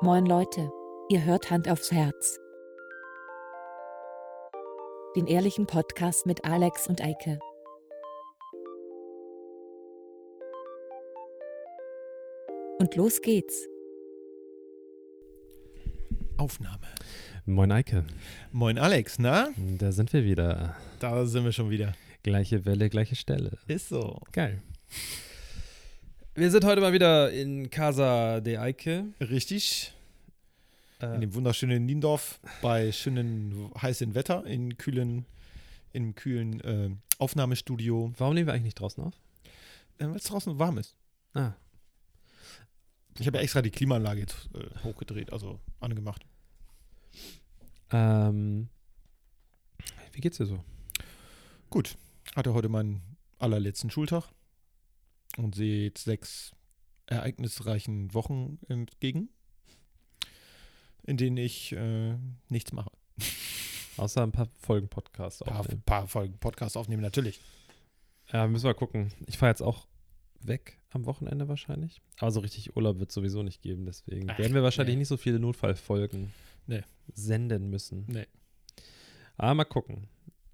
Moin Leute, ihr hört Hand aufs Herz. Den ehrlichen Podcast mit Alex und Eike. Und los geht's. Aufnahme. Moin Eike. Moin Alex, na? Da sind wir wieder. Da sind wir schon wieder. Gleiche Welle, gleiche Stelle. Ist so. Geil. Wir sind heute mal wieder in Casa de Eike. Richtig. In dem wunderschönen Niendorf bei schönem heißem Wetter im kühlen Aufnahmestudio. Warum nehmen wir eigentlich nicht draußen auf? Weil es draußen warm ist. Ah. Ich habe ja extra die Klimaanlage jetzt hochgedreht, also angemacht. Wie geht's dir so? Gut. Hatte heute meinen allerletzten Schultag und sehe jetzt 6 ereignisreichen Wochen entgegen, in denen ich nichts mache. Außer ein paar Folgen Podcast Ein aufnehmen. paar Folgen Podcast aufnehmen, natürlich. Ja, müssen wir gucken. Ich fahre jetzt auch weg am Wochenende wahrscheinlich. Aber so richtig Urlaub wird es sowieso nicht geben. Deswegen werden wir wahrscheinlich nicht so viele Notfallfolgen senden müssen. Nee. Aber mal gucken.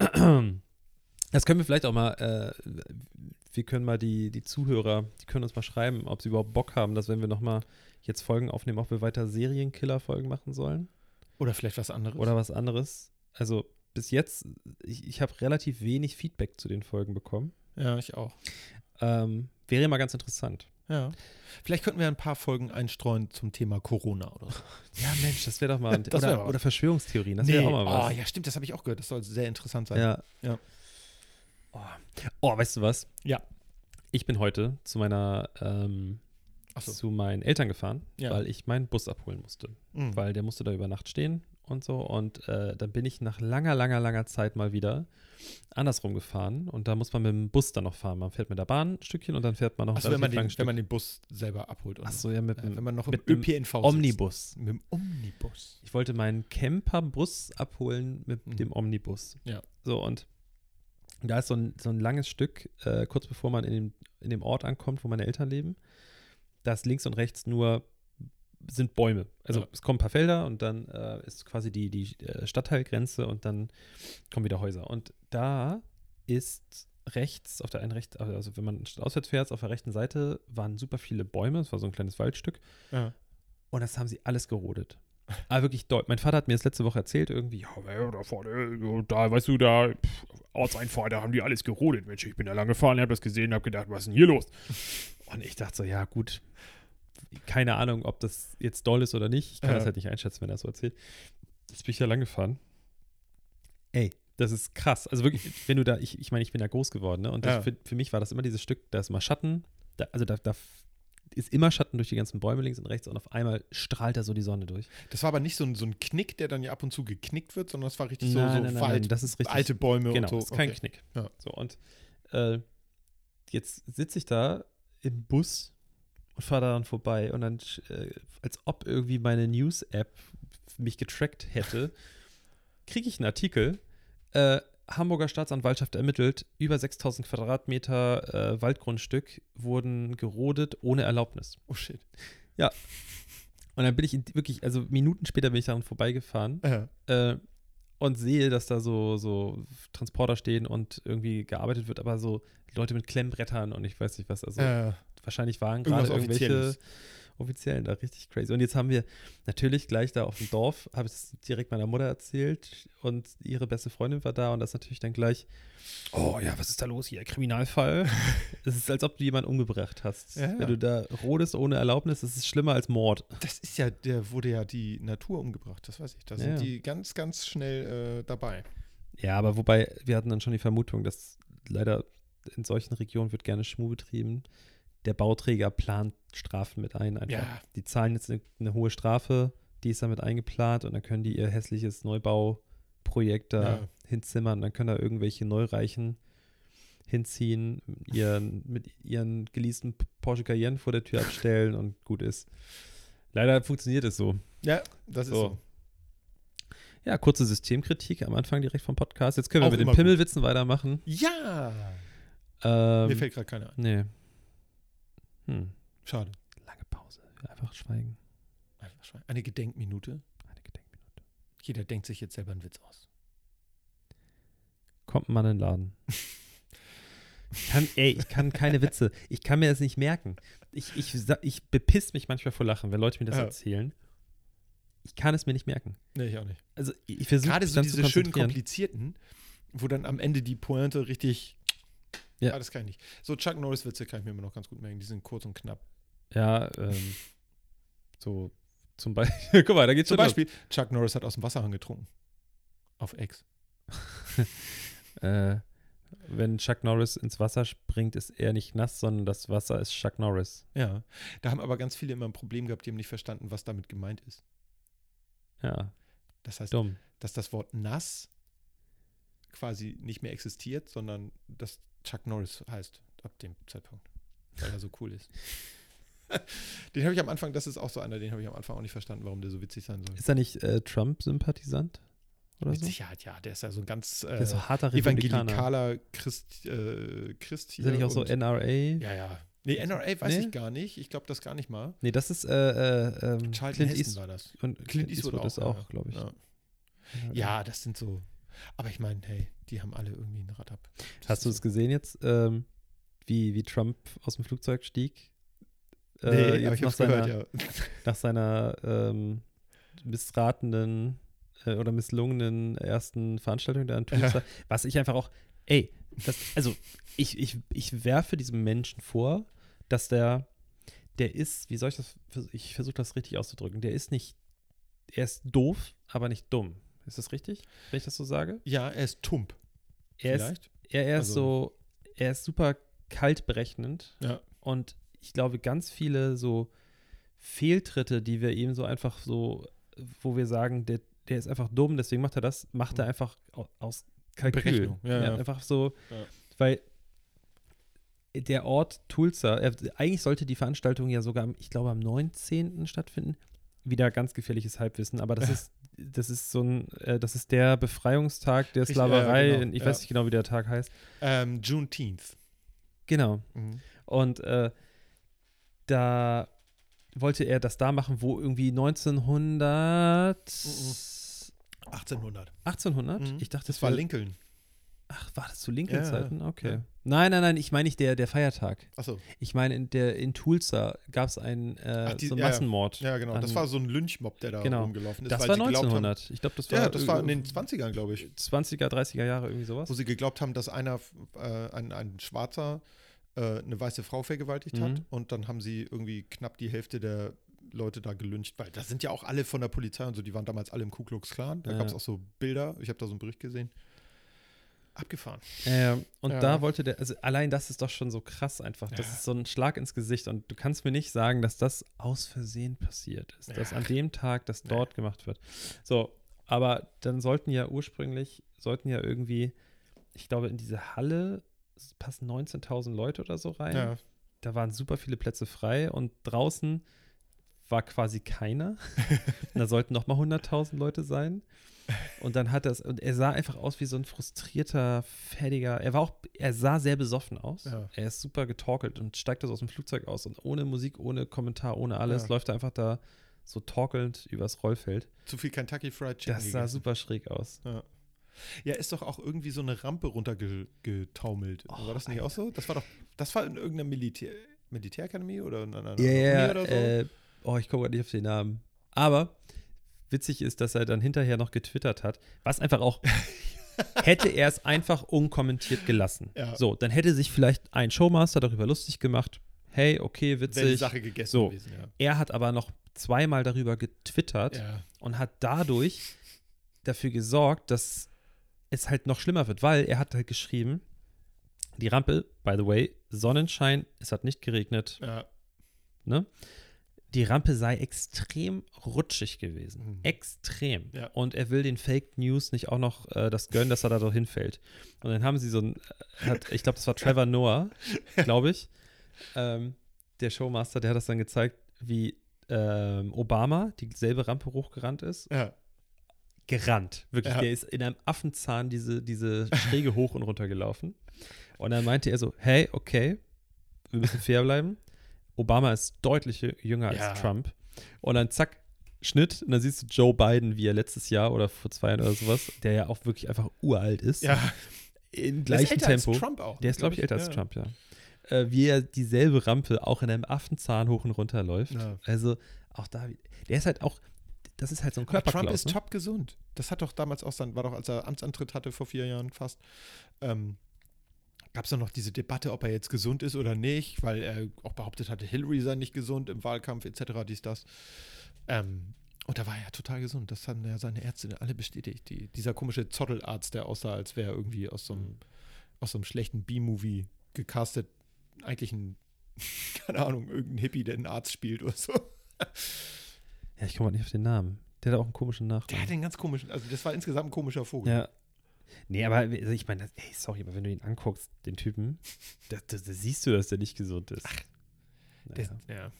Das können wir vielleicht auch mal, wir können mal die Zuhörer, die können uns mal schreiben, ob sie überhaupt Bock haben, dass wenn wir nochmal jetzt Folgen aufnehmen, ob wir weiter Serienkiller-Folgen machen sollen. Oder vielleicht was anderes. Oder was anderes. Also bis jetzt, ich habe relativ wenig Feedback zu den Folgen bekommen. Ja, ich auch. Wäre mal ganz interessant. Ja. Vielleicht könnten wir ein paar Folgen einstreuen zum Thema Corona oder so. Ja, Mensch, das wäre doch mal Oder Verschwörungstheorien, das wäre auch mal was. Oh, ja, stimmt, das habe ich auch gehört. Das soll sehr interessant sein. Ja. Oh, weißt du was? Ja. Ich bin heute zu meinen Eltern gefahren, weil ich meinen Bus abholen musste. Mhm. Weil der musste da über Nacht stehen und so. Und dann bin ich nach langer Zeit mal wieder andersrum gefahren. Und da muss man mit dem Bus dann noch fahren. Man fährt mit der Bahn ein Stückchen und dann fährt man noch ein wenn langes Stück. man den Bus selber abholt. Achso, ja, wenn man noch mit im ÖPNV sitzt. Omnibus. Mit dem Omnibus. Ich wollte meinen Camperbus abholen mit dem Omnibus. Ja. So, und da ist so ein langes Stück, kurz bevor man in dem Ort ankommt, wo meine Eltern leben. Da ist links und rechts sind Bäume. Also es kommen ein paar Felder und dann ist quasi die Stadtteilgrenze und dann kommen wieder Häuser. Und da ist rechts, auf der einen rechts, also wenn man auswärts fährt, auf der rechten Seite waren super viele Bäume. Es war so ein kleines Waldstück. Ja. Und das haben sie alles gerodet. Aber wirklich doll. Mein Vater hat mir das letzte Woche erzählt, irgendwie, ja, da vorne, da, weißt du, da, Ortseinfahrt, da haben die alles gerodet. Mensch, ich bin da lang gefahren, hab das gesehen, hab gedacht, was ist denn hier los? Und ich dachte so, ja, gut, keine Ahnung, ob das jetzt doll ist oder nicht. Ich kann das halt nicht einschätzen, wenn er das so erzählt. Jetzt bin ich ja lang gefahren. Ey, das ist krass. Also wirklich, wenn du da, ich meine, ich bin da groß geworden, ne? Und für mich war das immer dieses Stück, da ist immer Schatten, da ist immer Schatten durch die ganzen Bäume links und rechts und auf einmal strahlt da so die Sonne durch. Das war aber nicht so ein Knick, der dann ja ab und zu geknickt wird, sondern das war richtig Nein, das ist richtig, alte Bäume genau, und so. Genau, ist kein Knick. Ja. So, und jetzt sitze ich da im Bus und fahre daran vorbei und dann, als ob irgendwie meine News-App mich getrackt hätte, kriege ich einen Artikel, Hamburger Staatsanwaltschaft ermittelt, über 6.000 Quadratmeter Waldgrundstück wurden gerodet ohne Erlaubnis. Oh shit. Ja. Und dann bin ich wirklich, also Minuten später bin ich daran vorbeigefahren und sehe, dass da so Transporter stehen und irgendwie gearbeitet wird, aber so Leute mit Klemmbrettern und ich weiß nicht was, also wahrscheinlich waren gerade irgendwelche Offiziellen da, richtig crazy. Und jetzt haben wir natürlich gleich da auf dem Dorf, habe ich es direkt meiner Mutter erzählt und ihre beste Freundin war da und das natürlich dann gleich, oh ja, was ist da los hier, Kriminalfall? Es ist, als ob du jemanden umgebracht hast. Ja. Wenn du da rodest ohne Erlaubnis, das ist schlimmer als Mord. Das ist ja, der wurde ja die Natur umgebracht, das weiß ich. Da sind die ganz, ganz schnell dabei. Ja, aber wobei, wir hatten dann schon die Vermutung, dass leider in solchen Regionen wird gerne Schmuh betrieben. Der Bauträger plant Strafen mit ein. Einfach. Ja. Die zahlen jetzt eine hohe Strafe, die ist damit eingeplant und dann können die ihr hässliches Neubauprojekt da hinzimmern. Dann können da irgendwelche Neureichen hinziehen, mit ihren geleasten Porsche Cayenne vor der Tür abstellen und gut ist. Leider funktioniert es so. Ja, das ist so. Ja, kurze Systemkritik am Anfang direkt vom Podcast. Jetzt können wir Auch mit den immer Pimmelwitzen weitermachen. Ja! Mir fällt gerade keiner ein. Nee. Schade. Lange Pause. Einfach schweigen. Eine Gedenkminute. Eine Gedenkminute. Jeder denkt sich jetzt selber einen Witz aus. Kommt ein Mann in den Laden. Ich kann keine Witze. Ich kann mir das nicht merken. Ich bepiss mich manchmal vor Lachen, wenn Leute mir das erzählen. Ich kann es mir nicht merken. Nee, ich auch nicht. Also ich versuche gerade so diese schönen konzentrieren. komplizierten, wo dann am Ende die Pointe richtig. Ja. Das kann ich nicht. So Chuck Norris-Witze kann ich mir immer noch ganz gut merken. Die sind kurz und knapp. Ja, so zum Beispiel. Guck mal, da geht's Zum schon Beispiel, Chuck Norris hat aus dem Wasserhahn getrunken. Auf Ex. los. Wenn Chuck Norris ins Wasser springt, ist er nicht nass, sondern das Wasser ist Chuck Norris. Ja. Da haben aber ganz viele immer ein Problem gehabt, die haben nicht verstanden, was damit gemeint ist. Ja, Das heißt, dumm. dass das Wort nass quasi nicht mehr existiert, sondern dass Chuck Norris heißt ab dem Zeitpunkt, weil er so cool ist. Den habe ich am Anfang, das ist auch so einer, den habe ich am Anfang auch nicht verstanden, warum der so witzig sein soll. Ist er nicht Trump-Sympathisant? Oder Mit so? Sicherheit, ja. Der ist ja so ein ganz Der ist so harter Republikaner. evangelikaler Christ Ist er nicht auch so NRA? Ja, ja. Nee, NRA weiß Nee? ich gar nicht. Ich glaube das gar nicht mal. Nee, das ist Charlton Clint Heston war das. Und Clint Eastwood ist auch, auch, glaube ich. Ja. Ja, das sind so. Aber ich meine, hey, die haben alle irgendwie ein Rad ab. Hast du es gesehen jetzt, wie Trump aus dem Flugzeug stieg? Nee, aber jetzt ich hab's gehört, ja. nach seiner missratenen oder misslungenen ersten Veranstaltung da in Tulsa. Was ich einfach auch, ich werfe diesem Menschen vor, dass der ist, wie soll ich das, ich versuche das richtig auszudrücken, er ist doof, aber nicht dumm. Ist das richtig, wenn ich das so sage? Ja, er ist tump. Er ist super kalt berechnend. Ja. Und ich glaube, ganz viele so Fehltritte, die wir ihm so einfach so, wo wir sagen, der ist einfach dumm, deswegen macht er das, macht er einfach aus Kalkül. Berechnung, ja. Einfach so, Ja. weil der Ort Tulsa, eigentlich sollte die Veranstaltung ja sogar, ich glaube, am 19. stattfinden. Wieder ganz gefährliches Halbwissen, aber das ist der Befreiungstag der Richtig, Sklaverei. ja, genau, Ich weiß nicht genau, wie der Tag heißt. Juneteenth. Genau. Mhm. Und da wollte er das da machen, wo irgendwie 1800. 1800? Mhm. Ich dachte, Das war Lincoln. Ach, war das zu Lincoln-Zeiten? Ja, Okay. ja. Nein, ich meine nicht der Feiertag. Achso. Ich meine, in Tulsa gab es einen so einen Massenmord. Ja, genau. Das war so ein Lynchmob, der da rumgelaufen ist. Das weil war sie geglaubt 1900. Haben, ich glaube, das war in den 20ern, glaube ich. 20er, 30er Jahre, irgendwie sowas. Wo sie geglaubt haben, dass ein Schwarzer eine weiße Frau vergewaltigt hat. Und dann haben sie irgendwie knapp die Hälfte der Leute da gelyncht. Weil das sind ja auch alle von der Polizei und so. Die waren damals alle im Ku Klux Klan. Da gab es auch so Bilder. Ich habe da so einen Bericht gesehen. Abgefahren. Da wollte der, also allein das ist doch schon so krass einfach. Das ist so ein Schlag ins Gesicht und du kannst mir nicht sagen, dass das aus Versehen passiert ist. Dass an dem Tag das dort gemacht wird. So, aber dann sollten ja irgendwie, ich glaube, in diese Halle passen 19.000 Leute oder so rein. Ja. Da waren super viele Plätze frei und draußen war quasi keiner. Da sollten nochmal 100.000 Leute sein. Und dann und er sah einfach aus wie so ein frustrierter, fertiger, er sah sehr besoffen aus. Ja. Er ist super getorkelt und steigt aus dem Flugzeug aus und ohne Musik, ohne Kommentar, ohne alles, läuft er einfach da so torkelnd übers Rollfeld. Zu viel Kentucky Fried Chicken Das sah super schräg aus. Ja, ist doch auch irgendwie so eine Rampe runtergetaumelt. War das nicht auch so? Das war in irgendeiner Militärakademie oder in einer Uni oder so? Ich komme gerade nicht auf den Namen. Aber witzig ist, dass er dann hinterher noch getwittert hat, was einfach auch, hätte er es einfach unkommentiert gelassen. Ja. So, dann hätte sich vielleicht ein Showmaster darüber lustig gemacht. Hey, okay, witzig. Wäre die Sache gegessen gewesen, ja. Er hat aber noch zweimal darüber getwittert und hat dadurch dafür gesorgt, dass es halt noch schlimmer wird, weil er hat halt geschrieben, die Rampe, by the way, Sonnenschein, es hat nicht geregnet. Ja. Ne? Die Rampe sei extrem rutschig gewesen. Mhm. Extrem. Ja. Und er will den Fake News nicht auch noch das gönnen, dass er da doch hinfällt. Und dann haben sie ich glaube, das war Trevor Noah, glaube ich, der Showmaster, der hat das dann gezeigt, wie Obama dieselbe Rampe hochgerannt ist. Ja. Gerannt. Wirklich, Ja. der ist in einem Affenzahn diese Schräge hoch und runter gelaufen. Und dann meinte er so, hey, okay, wir müssen fair bleiben. Obama ist deutlich jünger als Trump. Und dann zack, Schnitt und dann siehst du Joe Biden, wie er letztes Jahr oder vor 2 Jahren oder sowas, der ja auch wirklich einfach uralt ist. Ja. In Der ist gleichem älter Tempo. als Trump auch. Der ist, glaube ich, älter als Trump, ja. Wie er dieselbe Rampe auch in einem Affenzahn hoch und runter läuft. Ja. Also auch da, der ist halt auch, das ist halt so ein Aber Körperklaus. Trump ist ne? top gesund. Das hat doch damals auch war doch, als er Amtsantritt hatte vor 4 Jahren fast, gab es doch noch diese Debatte, ob er jetzt gesund ist oder nicht, weil er auch behauptet hatte, Hillary sei nicht gesund im Wahlkampf etc., dies, das. Und da war er ja total gesund. Das haben ja seine Ärzte alle bestätigt. Dieser komische Zottelarzt, der aussah, als wäre er irgendwie aus so einem schlechten B-Movie gecastet, eigentlich keine Ahnung, irgendein Hippie, der einen Arzt spielt oder so. Ja, ich komme halt nicht auf den Namen. Der hat auch einen komischen Nachnamen. Der hat einen ganz komischen, also das war insgesamt ein komischer Vogel. Ja. Nee, aber also ich meine, ey, sorry, aber wenn du ihn anguckst, den Typen, da siehst du, dass der nicht gesund ist. Ja,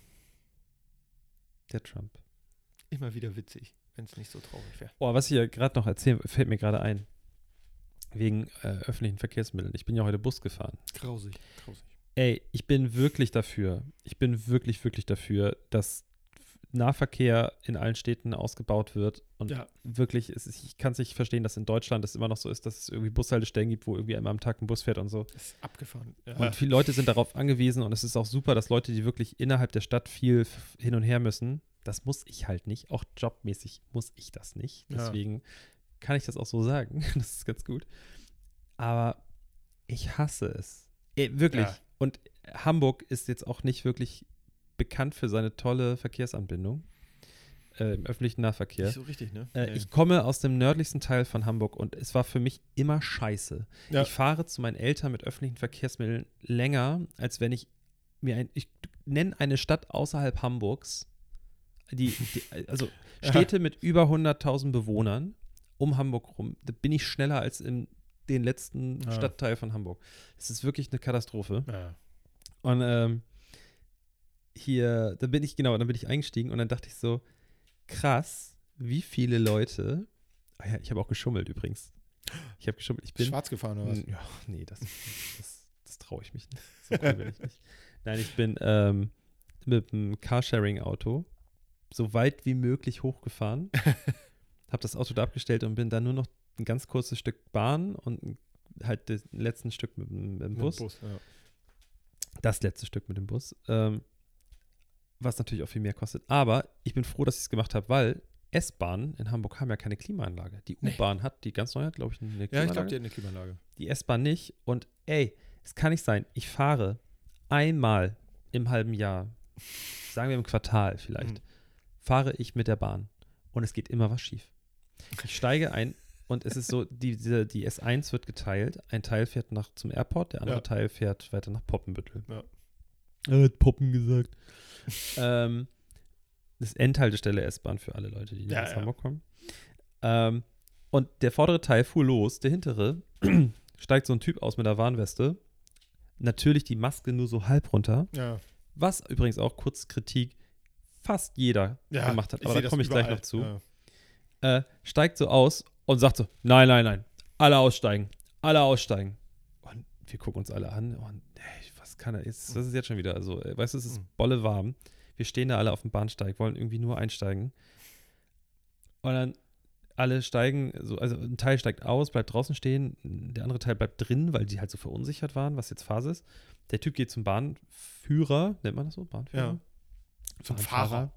Der Trump. immer wieder witzig, wenn es nicht so traurig wäre. Oh, was ich ja gerade noch erzählen, fällt mir gerade ein. Wegen öffentlichen Verkehrsmitteln. Ich bin ja heute Bus gefahren. Grausig. Ey, ich bin wirklich dafür, wirklich dafür, dass Nahverkehr in allen Städten ausgebaut wird. Und wirklich, ich kann es nicht verstehen, dass in Deutschland es immer noch so ist, dass es irgendwie Bushaltestellen gibt, wo irgendwie einmal am Tag ein Bus fährt und so. Das ist abgefahren. Ja. Und viele Leute sind darauf angewiesen und es ist auch super, dass Leute, die wirklich innerhalb der Stadt viel hin und her müssen, das muss ich halt nicht. Auch jobmäßig muss ich das nicht. Deswegen kann ich das auch so sagen. Das ist ganz gut. Aber ich hasse es. Wirklich. Ja. Und Hamburg ist jetzt auch nicht wirklich bekannt für seine tolle Verkehrsanbindung im öffentlichen Nahverkehr. Nicht so richtig, ne? Ich komme aus dem nördlichsten Teil von Hamburg und es war für mich immer scheiße. Ja. Ich fahre zu meinen Eltern mit öffentlichen Verkehrsmitteln länger, als wenn ich ich nenne eine Stadt außerhalb Hamburgs, also Städte mit über 100.000 Bewohnern um Hamburg rum, da bin ich schneller als in den letzten Stadtteil von Hamburg. Es ist wirklich eine Katastrophe. Ja. Und dann bin ich eingestiegen und dann dachte ich so, krass, wie viele Leute, ich habe auch geschummelt übrigens. Ich habe geschummelt. Ich bin schwarz gefahren oder was? Ja, nee, das traue ich mich nicht. So cool bin ich nicht. Nein, ich bin mit einem Carsharing-Auto so weit wie möglich hochgefahren, habe das Auto da abgestellt und bin dann nur noch ein ganz kurzes Stück Bahn und halt das letzte Stück mit dem Bus. Das letzte Stück mit dem Bus. Was natürlich auch viel mehr kostet. Aber ich bin froh, dass ich es gemacht habe, weil S-Bahnen in Hamburg haben ja keine Klimaanlage. Die U-Bahn hat, die ganz neu hat, glaube ich, eine Klimaanlage. Ja, ich glaube, die hat eine Klimaanlage. Die S-Bahn nicht. Und es kann nicht sein, ich fahre einmal im halben Jahr, sagen wir im Quartal vielleicht, fahre ich mit der Bahn und es geht immer was schief. Ich steige ein und es ist so, die S1 wird geteilt. Ein Teil fährt zum Airport, der andere Teil fährt weiter nach Poppenbüttel. Ja. Er hat Poppen gesagt. Das ist Endhaltestelle S-Bahn für alle Leute, die nicht aus Hamburg kommen. Und der vordere Teil fuhr los, der hintere steigt so ein Typ aus mit der Warnweste. Natürlich die Maske nur so halb runter. Ja. Was übrigens auch, kurz Kritik, fast jeder gemacht hat. Aber da komme ich gleich noch zu. Ja. Steigt so aus und sagt so, nein, alle aussteigen. Und wir gucken uns alle an und was kann er jetzt? Das ist jetzt schon wieder, also, weißt du, es ist bolle warm. Wir stehen da alle auf dem Bahnsteig, wollen irgendwie nur einsteigen. Und dann alle steigen, also ein Teil steigt aus, bleibt draußen stehen, der andere Teil bleibt drin, weil die halt so verunsichert waren, was jetzt Phase ist. Der Typ geht zum Bahnführer, nennt man das so? Bahnführer? Ja. Zum Fahrer.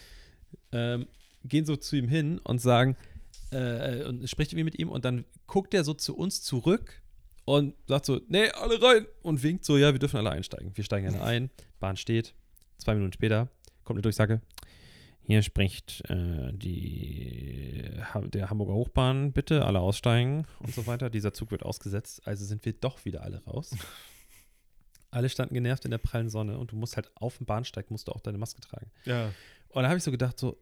Gehen so zu ihm hin und sagen, und spricht irgendwie mit ihm und dann guckt er so zu uns zurück und sagt so, nee, alle rein und winkt so, ja, wir dürfen alle einsteigen. Wir steigen alle ein, Bahn steht, 2 Minuten später kommt eine Durchsage, hier spricht der Hamburger Hochbahn, bitte alle aussteigen und so weiter. Dieser Zug wird ausgesetzt, also sind wir doch wieder alle raus. Alle standen genervt in der prallen Sonne und du musst halt auf dem Bahnsteig, musst du auch deine Maske tragen. Ja. Und da habe ich so gedacht, so,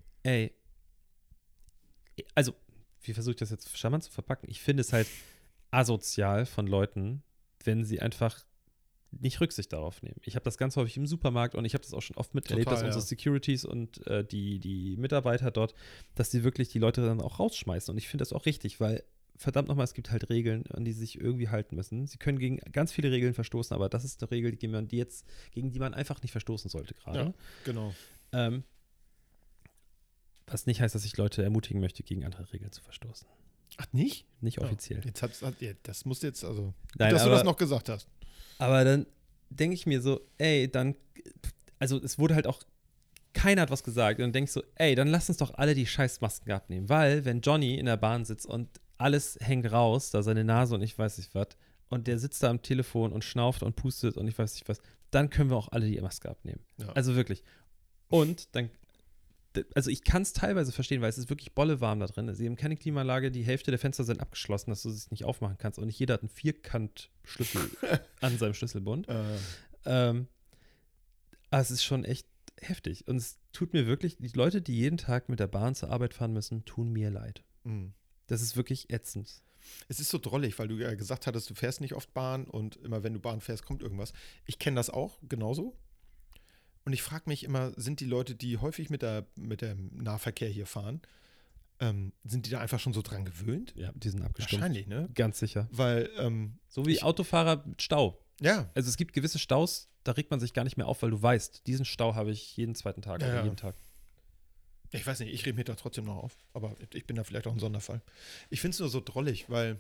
also, wie versuche ich das jetzt charmant zu verpacken? Ich finde es halt asozial von Leuten, wenn sie einfach nicht Rücksicht darauf nehmen. Ich habe das ganz häufig im Supermarkt und ich habe das auch schon oft miterlebt, dass unsere Securities und die Mitarbeiter dort, dass die wirklich die Leute dann auch rausschmeißen. Und ich finde das auch richtig, weil verdammt nochmal, es gibt halt Regeln, an die sie sich irgendwie halten müssen. Sie können gegen ganz viele Regeln verstoßen, aber das ist eine Regel, gegen die man einfach nicht verstoßen sollte gerade. Ja, genau. Was nicht heißt, dass ich Leute ermutigen möchte, gegen andere Regeln zu verstoßen. Ach, nicht? Nicht offiziell. Das musst du jetzt, also, Nein, dass aber, du das noch gesagt hast. Aber dann denke ich mir so, also es wurde halt auch, keiner hat was gesagt. Und dann denke ich so, dann lass uns doch alle die scheiß Masken abnehmen. Weil, wenn Johnny in der Bahn sitzt und alles hängt raus, da seine Nase und ich weiß nicht was, und der sitzt da am Telefon und schnauft und pustet und ich weiß nicht was, dann können wir auch alle die Maske abnehmen. Ja. Also wirklich. Und dann, also ich kann es teilweise verstehen, weil es ist wirklich bolle warm da drin. Sie haben keine Klimaanlage, die Hälfte der Fenster sind abgeschlossen, dass du es nicht aufmachen kannst. Und nicht jeder hat einen Vierkant-Schlüssel an seinem Schlüsselbund. Aber es ist schon echt heftig. Und es tut mir wirklich, die Leute, die jeden Tag mit der Bahn zur Arbeit fahren müssen, tun mir leid. Mhm. Das ist wirklich ätzend. Es ist so drollig, weil du ja gesagt hattest, du fährst nicht oft Bahn und immer wenn du Bahn fährst, kommt irgendwas. Ich kenne das auch genauso. Und ich frage mich immer, sind die Leute, die häufig mit dem Nahverkehr hier fahren, sind die da einfach schon so dran gewöhnt? Ja, die sind abgestumpft. Wahrscheinlich, ne? Ganz sicher. Weil, so wie Autofahrer mit Stau. ja. Also es gibt gewisse Staus, da regt man sich gar nicht mehr auf, weil du weißt, diesen Stau habe ich jeden zweiten Tag oder jeden Tag. Ich weiß nicht, ich reg mich da trotzdem noch auf. Aber ich bin da vielleicht auch ein Sonderfall. Ich finde es nur so drollig, weil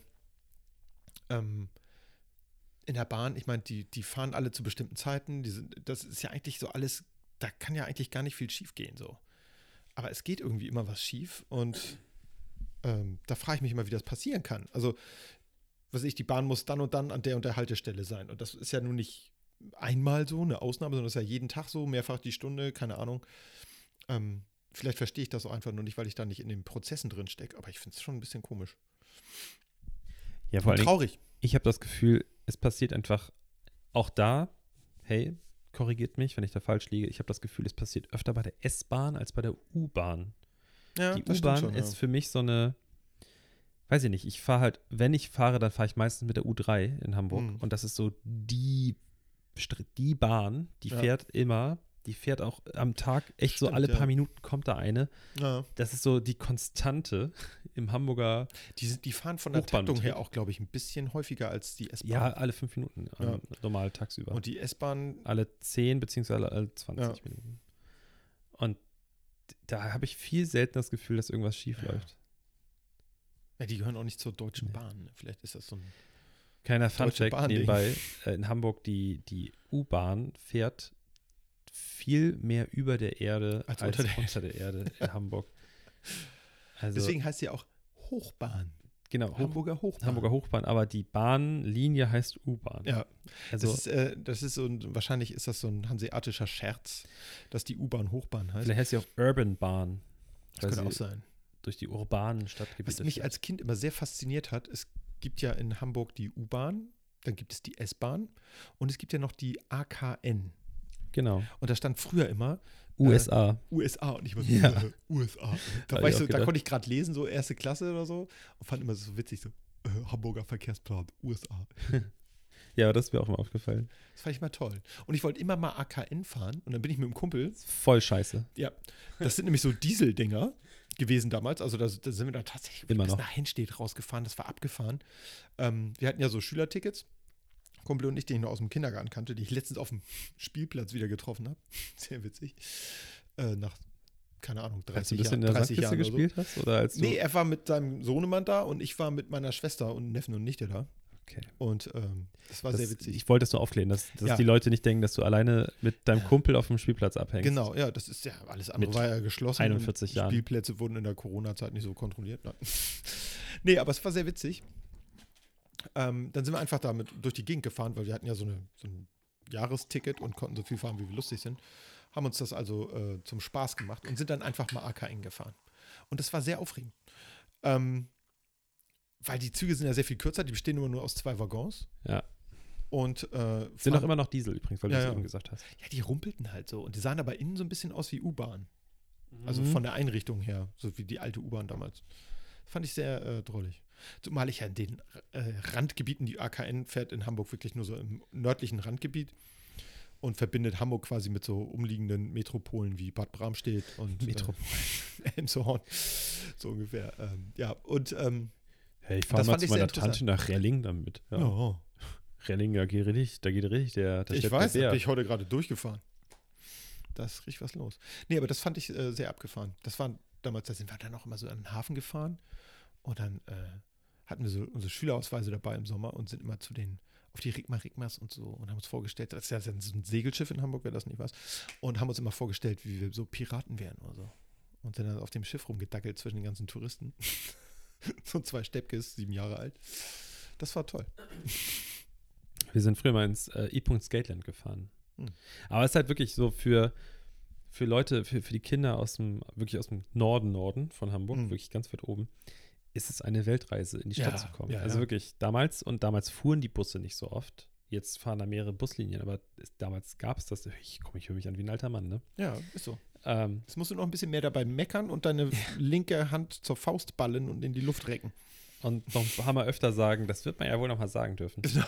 in der Bahn, ich meine, die fahren alle zu bestimmten Zeiten. Das ist ja eigentlich so alles, da kann ja eigentlich gar nicht viel schief gehen. So. Aber es geht irgendwie immer was schief und da frage ich mich immer, wie das passieren kann. Also, was weiß ich, die Bahn muss dann und dann an der und der Haltestelle sein. Und das ist ja nun nicht einmal so eine Ausnahme, sondern das ist ja jeden Tag so, mehrfach die Stunde, keine Ahnung. Vielleicht verstehe ich das so einfach nur nicht, weil ich da nicht in den Prozessen drin stecke, aber ich finde es schon ein bisschen komisch. Ja, vor allem traurig. Ich habe das Gefühl, es passiert einfach auch da, hey, korrigiert mich, wenn ich da falsch liege, ich habe das Gefühl, es passiert öfter bei der S-Bahn als bei der U-Bahn. Ja, die das U-Bahn stimmt schon, ist für mich so eine, weiß ich nicht, ich fahre halt, wenn ich fahre, dann fahre ich meistens mit der U3 in Hamburg und das ist so die Bahn, die fährt immer, die fährt auch am Tag echt so alle paar Minuten kommt da eine. Ja. Das ist so die Konstante im Hamburger Die fahren von der Taktung her auch, glaube ich, ein bisschen häufiger als die S-Bahn. Ja, alle 5 Minuten, normal tagsüber. Und die S-Bahn alle 10 beziehungsweise alle 20 Minuten. Und da habe ich viel selten das Gefühl, dass irgendwas schief läuft. Ja, die gehören auch nicht zur Deutschen Bahn. Ne? Vielleicht ist das so ein kleiner Funfact nebenbei. In Hamburg, die U-Bahn fährt viel mehr über der Erde als unter der Erde in Hamburg. Also, deswegen heißt sie auch Hochbahn. Genau, Hamburger Hochbahn. Hamburger Hochbahn, aber die Bahnlinie heißt U-Bahn. Ja, also das ist so wahrscheinlich ist das so ein hanseatischer Scherz, dass die U-Bahn Hochbahn heißt. Vielleicht heißt sie auch Urban Bahn. Das könnte auch sein. Durch die urbanen Stadtgebiete. Was mich als Kind immer sehr fasziniert hat, es gibt ja in Hamburg die U-Bahn, dann gibt es die S-Bahn und es gibt ja noch die AKN. Genau. Und da stand früher immer USA. USA und ich war so, USA. Da konnte ich gerade lesen, so erste Klasse oder so und fand immer so witzig, so Hamburger Verkehrsplan, USA. Ja, das ist mir auch mal aufgefallen. Das fand ich mal toll. Und ich wollte immer mal AKN fahren und dann bin ich mit dem Kumpel. Voll scheiße. Ja, das sind nämlich so Dieseldinger gewesen damals. Also da sind wir dann tatsächlich immer bis noch nach Henstedt rausgefahren. Das war abgefahren. Wir hatten ja so Schülertickets. Kumpel und ich, den ich noch aus dem Kindergarten kannte, die ich letztens auf dem Spielplatz wieder getroffen habe. Sehr witzig. Nach, keine Ahnung, 30 Jahren. Als du ein bisschen in der Sackgasse gespielt hast? Oder als nee, er war mit seinem Sohnemann da und ich war mit meiner Schwester und Neffen und Nichte da. Okay. Und das war sehr witzig. Ich wollte das nur aufklären, dass die Leute nicht denken, dass du alleine mit deinem Kumpel auf dem Spielplatz abhängst. Genau, ja, das ist ja, alles andere war ja geschlossen. 41 Jahren. Spielplätze wurden in der Corona-Zeit nicht so kontrolliert. Nee, aber es war sehr witzig. Dann sind wir einfach damit durch die Gegend gefahren, weil wir hatten ja so ein Jahresticket und konnten so viel fahren, wie wir lustig sind. Haben uns das also zum Spaß gemacht und sind dann einfach mal AKN gefahren. Und das war sehr aufregend. Weil die Züge sind ja sehr viel kürzer, die bestehen immer nur aus 2 Waggons. Ja. Und sind auch immer noch Diesel übrigens, weil du es ja eben gesagt hast. Ja, die rumpelten halt so. Und die sahen aber innen so ein bisschen aus wie U-Bahn. Also von der Einrichtung her, so wie die alte U-Bahn damals. Fand ich sehr drollig. Zumal ich ja in den Randgebieten, die AKN fährt in Hamburg wirklich nur so im nördlichen Randgebiet und verbindet Hamburg quasi mit so umliegenden Metropolen wie Bad Bramstedt und Elmshorn. So ungefähr. Ja, und hey, ich fahre mal zu meiner Tante nach Relling damit. Ja. Oh. Relling, da geht richtig der ich weiß, da bin ich heute gerade durchgefahren. Da ist richtig was los. Nee, aber das fand ich sehr abgefahren. Da damals, da sind wir dann auch immer so an den Hafen gefahren und dann hatten wir so unsere Schülerausweise dabei im Sommer und sind immer auf die Rigmas und so und haben uns vorgestellt, das ist ja so ein Segelschiff in Hamburg, wer das nicht weiß, und haben uns immer vorgestellt, wie wir so Piraten wären oder so. Und sind dann auf dem Schiff rumgedackelt zwischen den ganzen Touristen. So 2 Steppkes, 7 Jahre alt. Das war toll. Wir sind früher mal ins E-Punkt-Skateland gefahren. Aber es ist halt wirklich so für Leute, für die Kinder wirklich aus dem Norden von Hamburg, wirklich ganz weit oben, ist es eine Weltreise, in die Stadt zu kommen. Also wirklich damals fuhren die Busse nicht so oft. Jetzt fahren da mehrere Buslinien, aber damals gab es das. Ich höre mich an wie ein alter Mann, ne? Ja, ist so. Jetzt musst du noch ein bisschen mehr dabei meckern und deine linke Hand zur Faust ballen und in die Luft recken. Und noch ein paar Mal öfter sagen, das wird man ja wohl noch mal sagen dürfen. Genau.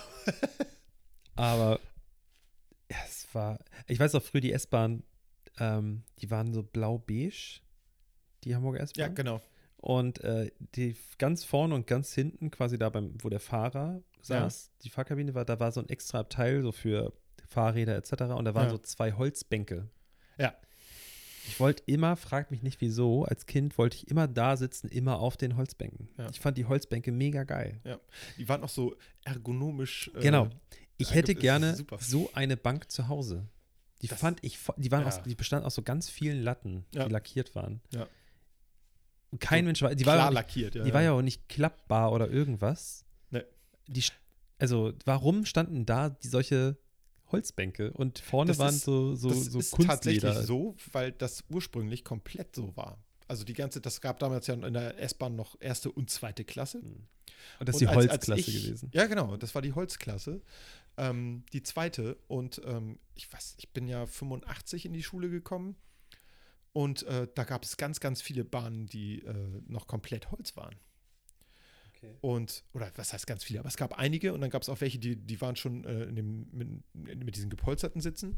Aber ja, ich weiß auch früher, die S-Bahn, die waren so blau-beige, die Hamburger S-Bahn. Ja, genau. Und die ganz vorne und ganz hinten, quasi da wo der Fahrer saß, die Fahrkabine war, da war so ein extra Abteil so für Fahrräder etc. Und da waren so 2 Holzbänke. Ja. Ich wollte immer, frag mich nicht wieso, als Kind wollte ich immer da sitzen, immer auf den Holzbänken. Ja. Ich fand die Holzbänke mega geil. Ja, die waren auch so ergonomisch. Genau. Ich hätte gerne so eine Bank zu Hause. Die bestanden aus so ganz vielen Latten, die lackiert waren. Ja. Und kein Mensch war, die war ja auch nicht klappbar oder irgendwas. Nee. Also warum standen da solche Holzbänke und vorne waren so ist Kunstleder. Tatsächlich so, weil das ursprünglich komplett so war. Also das gab damals ja in der S-Bahn noch 1. und 2. Klasse. Und das ist die Holzklasse gewesen. Ja, genau, das war die Holzklasse. Die 2. und ich bin ja 85 in die Schule gekommen und da gab es ganz, ganz viele Bahnen, die noch komplett Holz waren. Okay. Oder was heißt ganz viele, aber es gab einige und dann gab es auch welche, die waren schon mit diesen gepolsterten Sitzen.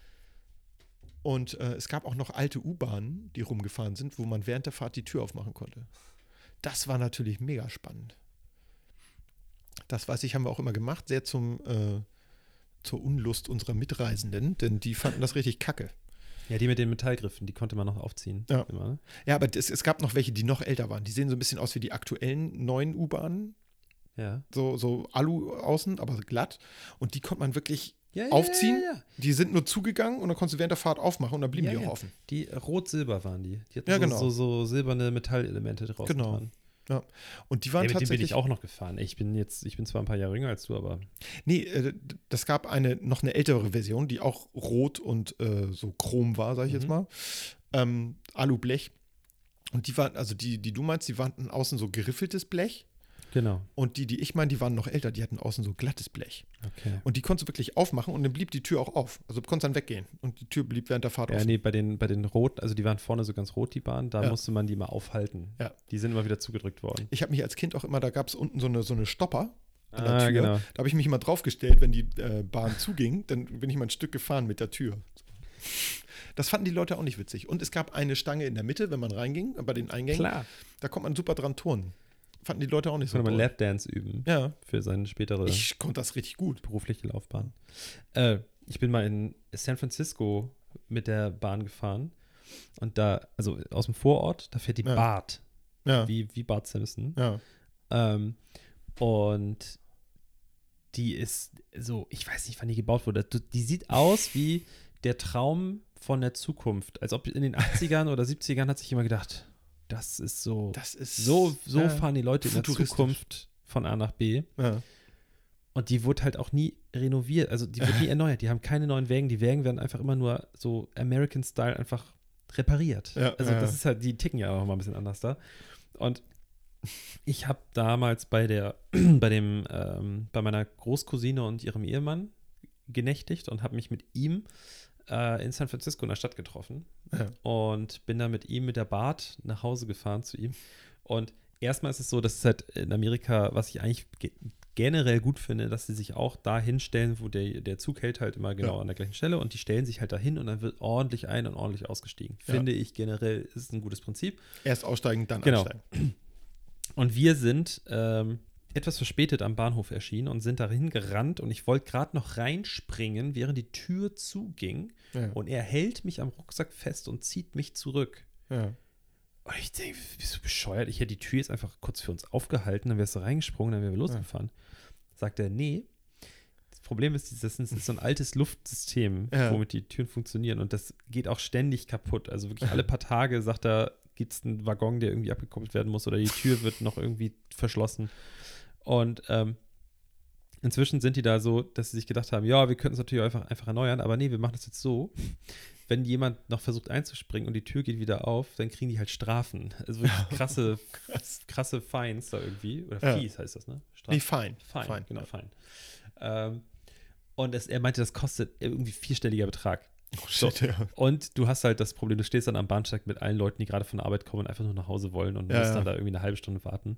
Und es gab auch noch alte U-Bahnen, die rumgefahren sind, wo man während der Fahrt die Tür aufmachen konnte. Das war natürlich mega spannend. Das, weiß ich, haben wir auch immer gemacht, sehr zur Unlust unserer Mitreisenden, denn die fanden das richtig kacke. Ja, die mit den Metallgriffen, die konnte man noch aufziehen. Ja, immer. Ja, aber es gab noch welche, die noch älter waren. Die sehen so ein bisschen aus wie die aktuellen neuen U-Bahnen. Ja. So Alu außen, aber glatt. Und die konnte man wirklich aufziehen. Ja. Die sind nur zugegangen und dann konntest du während der Fahrt aufmachen und dann blieben die auch offen. Die rot-silber waren die. Die hatten so silberne Metallelemente draußen dran. Ja. Und die waren tatsächlich. Mit denen bin ich auch noch gefahren. Ich bin zwar ein paar Jahre jünger als du, aber. Nee, das gab noch eine ältere Version, die auch rot und so chrom war, sag ich jetzt mal. Alublech. Und die waren, also die du meinst, die waren außen so geriffeltes Blech. Genau. Und die ich meine, die waren noch älter, die hatten außen so glattes Blech. Okay. Und die konntest du wirklich aufmachen und dann blieb die Tür auch auf. Also du konntest dann weggehen und die Tür blieb während der Fahrt offen. Ja, nee, bei den roten, also die waren vorne so ganz rot, die Bahn, da musste man die mal aufhalten. Ja. Die sind immer wieder zugedrückt worden. Ich habe mich als Kind auch immer, da gab es unten so eine Stopper an der Tür. Genau. Da habe ich mich immer draufgestellt, wenn die Bahn zuging, dann bin ich mal ein Stück gefahren mit der Tür. Das fanden die Leute auch nicht witzig. Und es gab eine Stange in der Mitte, wenn man reinging, bei den Eingängen. Klar. Da konnte man super dran turnen. Fanden die Leute auch nicht so toll. Konnte man Lapdance üben. Ja. Für seine spätere. Ich konnte das richtig gut. Berufliche Laufbahn. Ich bin mal in San Francisco mit der Bahn gefahren. Und da, also aus dem Vorort, da fährt die BART. Ja. Wie Bart Simpson. Ja. Und die ist so, ich weiß nicht, wann die gebaut wurde. Die sieht aus wie der Traum von der Zukunft. Als ob in den 80ern oder 70ern hat sich immer gedacht, so fahren die Leute in der Zukunft von A nach B. Ja. Und die wurde halt auch nie renoviert, also die wird nie erneuert. Die haben keine neuen Wägen. Die Wägen werden einfach immer nur so American-Style einfach repariert. Ja, also das ist halt, die ticken ja auch mal ein bisschen anders da. Und ich habe damals bei meiner Großcousine und ihrem Ehemann genächtigt und habe mich mit ihm in San Francisco in der Stadt getroffen und bin dann mit ihm mit der BART nach Hause gefahren zu ihm. Und erstmal ist es so, dass es halt in Amerika, was ich eigentlich generell gut finde, dass sie sich auch da hinstellen, wo der Zug hält halt immer genau an der gleichen Stelle und die stellen sich halt dahin und dann wird ordentlich ein- und ordentlich ausgestiegen. Finde ich generell, ist ein gutes Prinzip. Erst aussteigen, dann genau. einsteigen. Und wir sind etwas verspätet am Bahnhof erschienen und sind dahin gerannt und ich wollte gerade noch reinspringen, während die Tür zuging und er hält mich am Rucksack fest und zieht mich zurück. Ja. Und ich denke, bist du bescheuert? Ich hätte die Tür jetzt einfach kurz für uns aufgehalten, dann wärst du reingesprungen, dann wären wir losgefahren. Sagt er, nee. Das Problem ist, das ist so ein altes Luftsystem, womit die Türen funktionieren und das geht auch ständig kaputt. Also wirklich alle paar Tage, sagt er, gibt es einen Waggon, der irgendwie abgekoppelt werden muss oder die Tür wird noch irgendwie verschlossen. Und inzwischen sind die da so, dass sie sich gedacht haben, ja, wir könnten es natürlich einfach erneuern, aber nee, wir machen das jetzt so. Wenn jemand noch versucht einzuspringen und die Tür geht wieder auf, dann kriegen die halt Strafen. Also wirklich krasse Fines da irgendwie. Oder Fees heißt das, ne? Nee, Fine. Genau, Fine. Und er meinte, das kostet irgendwie 4-stelliger Betrag. Oh shit, so. Und du hast halt das Problem, du stehst dann am Bahnsteig mit allen Leuten, die gerade von der Arbeit kommen und einfach nur nach Hause wollen und musst dann da irgendwie eine halbe Stunde warten.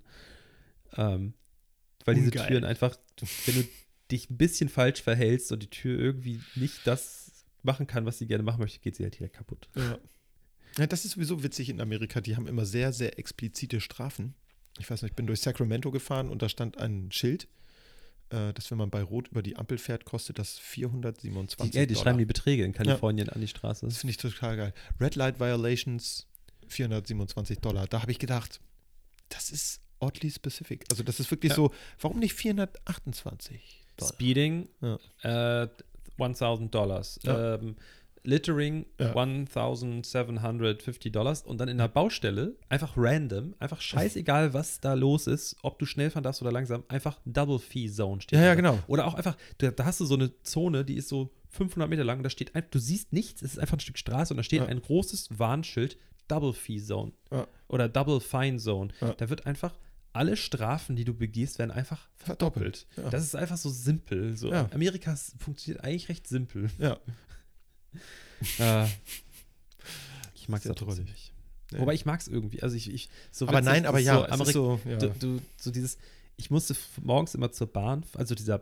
Weil diese Türen einfach, wenn du dich ein bisschen falsch verhältst und die Tür irgendwie nicht das machen kann, was sie gerne machen möchte, geht sie halt direkt kaputt. Ja, das ist sowieso witzig in Amerika. Die haben immer sehr, sehr explizite Strafen. Ich weiß nicht, ich bin durch Sacramento gefahren und da stand ein Schild, dass wenn man bei Rot über die Ampel fährt, kostet das $427. Die schreiben die Beträge in Kalifornien an die Straße. Das finde ich total geil. Red Light Violations, $427. Da habe ich gedacht, das ist oddly specific. Also das ist wirklich so, warum nicht $428? Speeding, $1,000. Littering, $1,750 und dann in der Baustelle einfach random, einfach scheißegal, was da los ist, ob du schnell fahren darfst oder langsam, einfach Double Fee Zone steht. Ja, genau. Oder auch einfach, da hast du so eine Zone, die ist so 500 Meter lang und da steht, du siehst nichts, es ist einfach ein Stück Straße und da steht ein großes Warnschild, Double Fee Zone oder Double Fine Zone. Da wird einfach alle Strafen, die du begehst, werden einfach verdoppelt. Ja. Das ist einfach so simpel. So. Ja. Amerika funktioniert eigentlich recht simpel. Ja. Ich mag es ja trotzdem nicht. Ja. Wobei ich mag es irgendwie. Also so aber nein, aber ja, so, so dieses, ich musste morgens immer zur Bahn, also dieser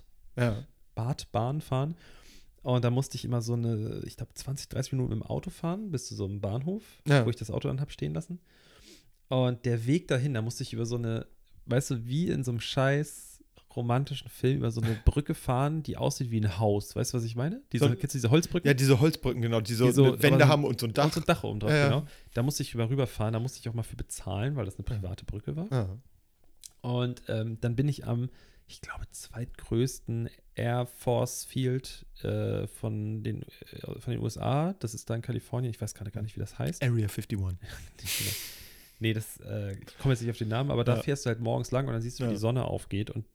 Badbahn fahren. Und da musste ich immer so eine, ich glaube 20, 30 Minuten mit dem Auto fahren, bis zu so einem Bahnhof, wo ich das Auto dann habe stehen lassen. Und der Weg dahin, da musste ich über so eine, weißt du, wie in so einem scheiß romantischen Film, über so eine Brücke fahren, die aussieht wie ein Haus. Weißt du, was ich meine? Kennst du diese Holzbrücken? Ja, diese Holzbrücken, genau, die so Wände haben und so ein Dach. Und so ein Dach oben drauf, genau. Da musste ich rüberfahren, da musste ich auch mal für bezahlen, weil das eine private Brücke war. Ja. Und dann bin ich am, ich glaube, zweitgrößten Air Force Field von den USA. Das ist da in Kalifornien. Ich weiß gerade gar nicht, wie das heißt. Area 51. Nee, ich komme jetzt nicht auf den Namen, aber da fährst du halt morgens lang und dann siehst du, wie die Sonne aufgeht und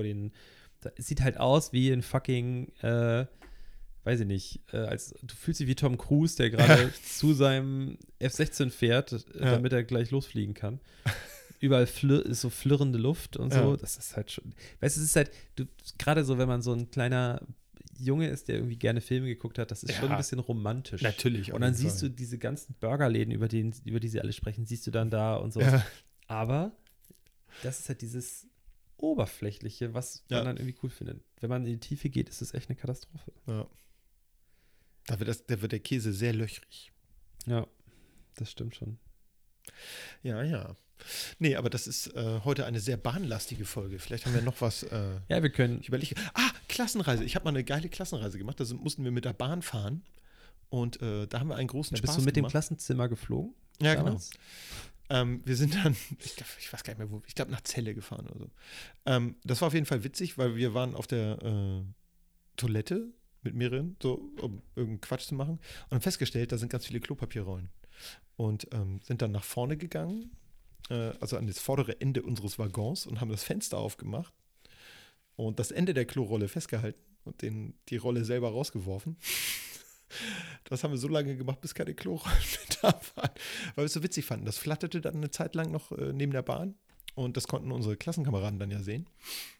es sieht halt aus wie ein fucking, weiß ich nicht, du fühlst dich wie Tom Cruise, der gerade zu seinem F-16 fährt, damit er gleich losfliegen kann. Überall ist so flirrende Luft und so. Das ist halt schon, weißt du, es ist halt, gerade so, wenn man so ein kleiner Junge ist, der irgendwie gerne Filme geguckt hat, das ist schon ein bisschen romantisch. Natürlich. Und dann siehst du diese ganzen Burgerläden, über die sie alle sprechen, siehst du dann da und so. Ja. Aber das ist halt dieses Oberflächliche, was man dann irgendwie cool findet. Wenn man in die Tiefe geht, ist es echt eine Katastrophe. Ja. Da wird der Käse sehr löchrig. Ja, das stimmt schon. Ja. Nee, aber das ist heute eine sehr bahnlastige Folge. Vielleicht haben wir noch was. Ja, wir können. Ich überlege. Klassenreise. Ich habe mal eine geile Klassenreise gemacht. Da mussten wir mit der Bahn fahren. Und da haben wir einen großen Spaß gemacht. Bist du mit dem Klassenzimmer geflogen? Ja, damals? Genau. Wir sind dann, ich weiß gar nicht mehr wo, ich glaube nach Celle gefahren oder so. Das war auf jeden Fall witzig, weil wir waren auf der Toilette mit mehreren, so um irgendeinen Quatsch zu machen. Und haben festgestellt, da sind ganz viele Klopapierrollen. Und sind dann nach vorne gegangen, also an das vordere Ende unseres Waggons und haben das Fenster aufgemacht und das Ende der Klorolle festgehalten und die Rolle selber rausgeworfen. Das haben wir so lange gemacht, bis keine Klorollen mehr da waren, weil wir es so witzig fanden. Das flatterte dann eine Zeit lang noch neben der Bahn und das konnten unsere Klassenkameraden dann ja sehen.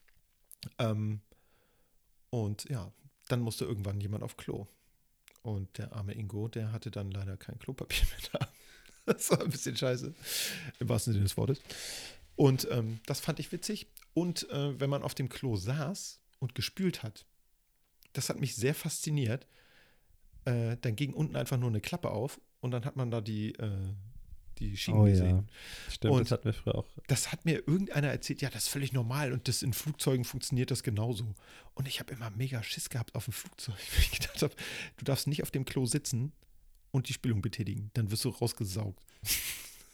Und ja, dann musste irgendwann jemand auf Klo. Und der arme Ingo, der hatte dann leider kein Klopapier mehr da. Das war ein bisschen scheiße, im wahrsten Sinne des Wortes. Und das fand ich witzig. Und wenn man auf dem Klo saß und gespült hat, das hat mich sehr fasziniert. Dann ging unten einfach nur eine Klappe auf und dann hat man da die Schienen gesehen. Ja. Stimmt, und das hatten wir früher auch. Das hat mir irgendeiner erzählt, ja, das ist völlig normal und das in Flugzeugen funktioniert das genauso. Und ich habe immer mega Schiss gehabt auf dem Flugzeug, weil ich gedacht habe, du darfst nicht auf dem Klo sitzen und die Spülung betätigen, dann wirst du rausgesaugt.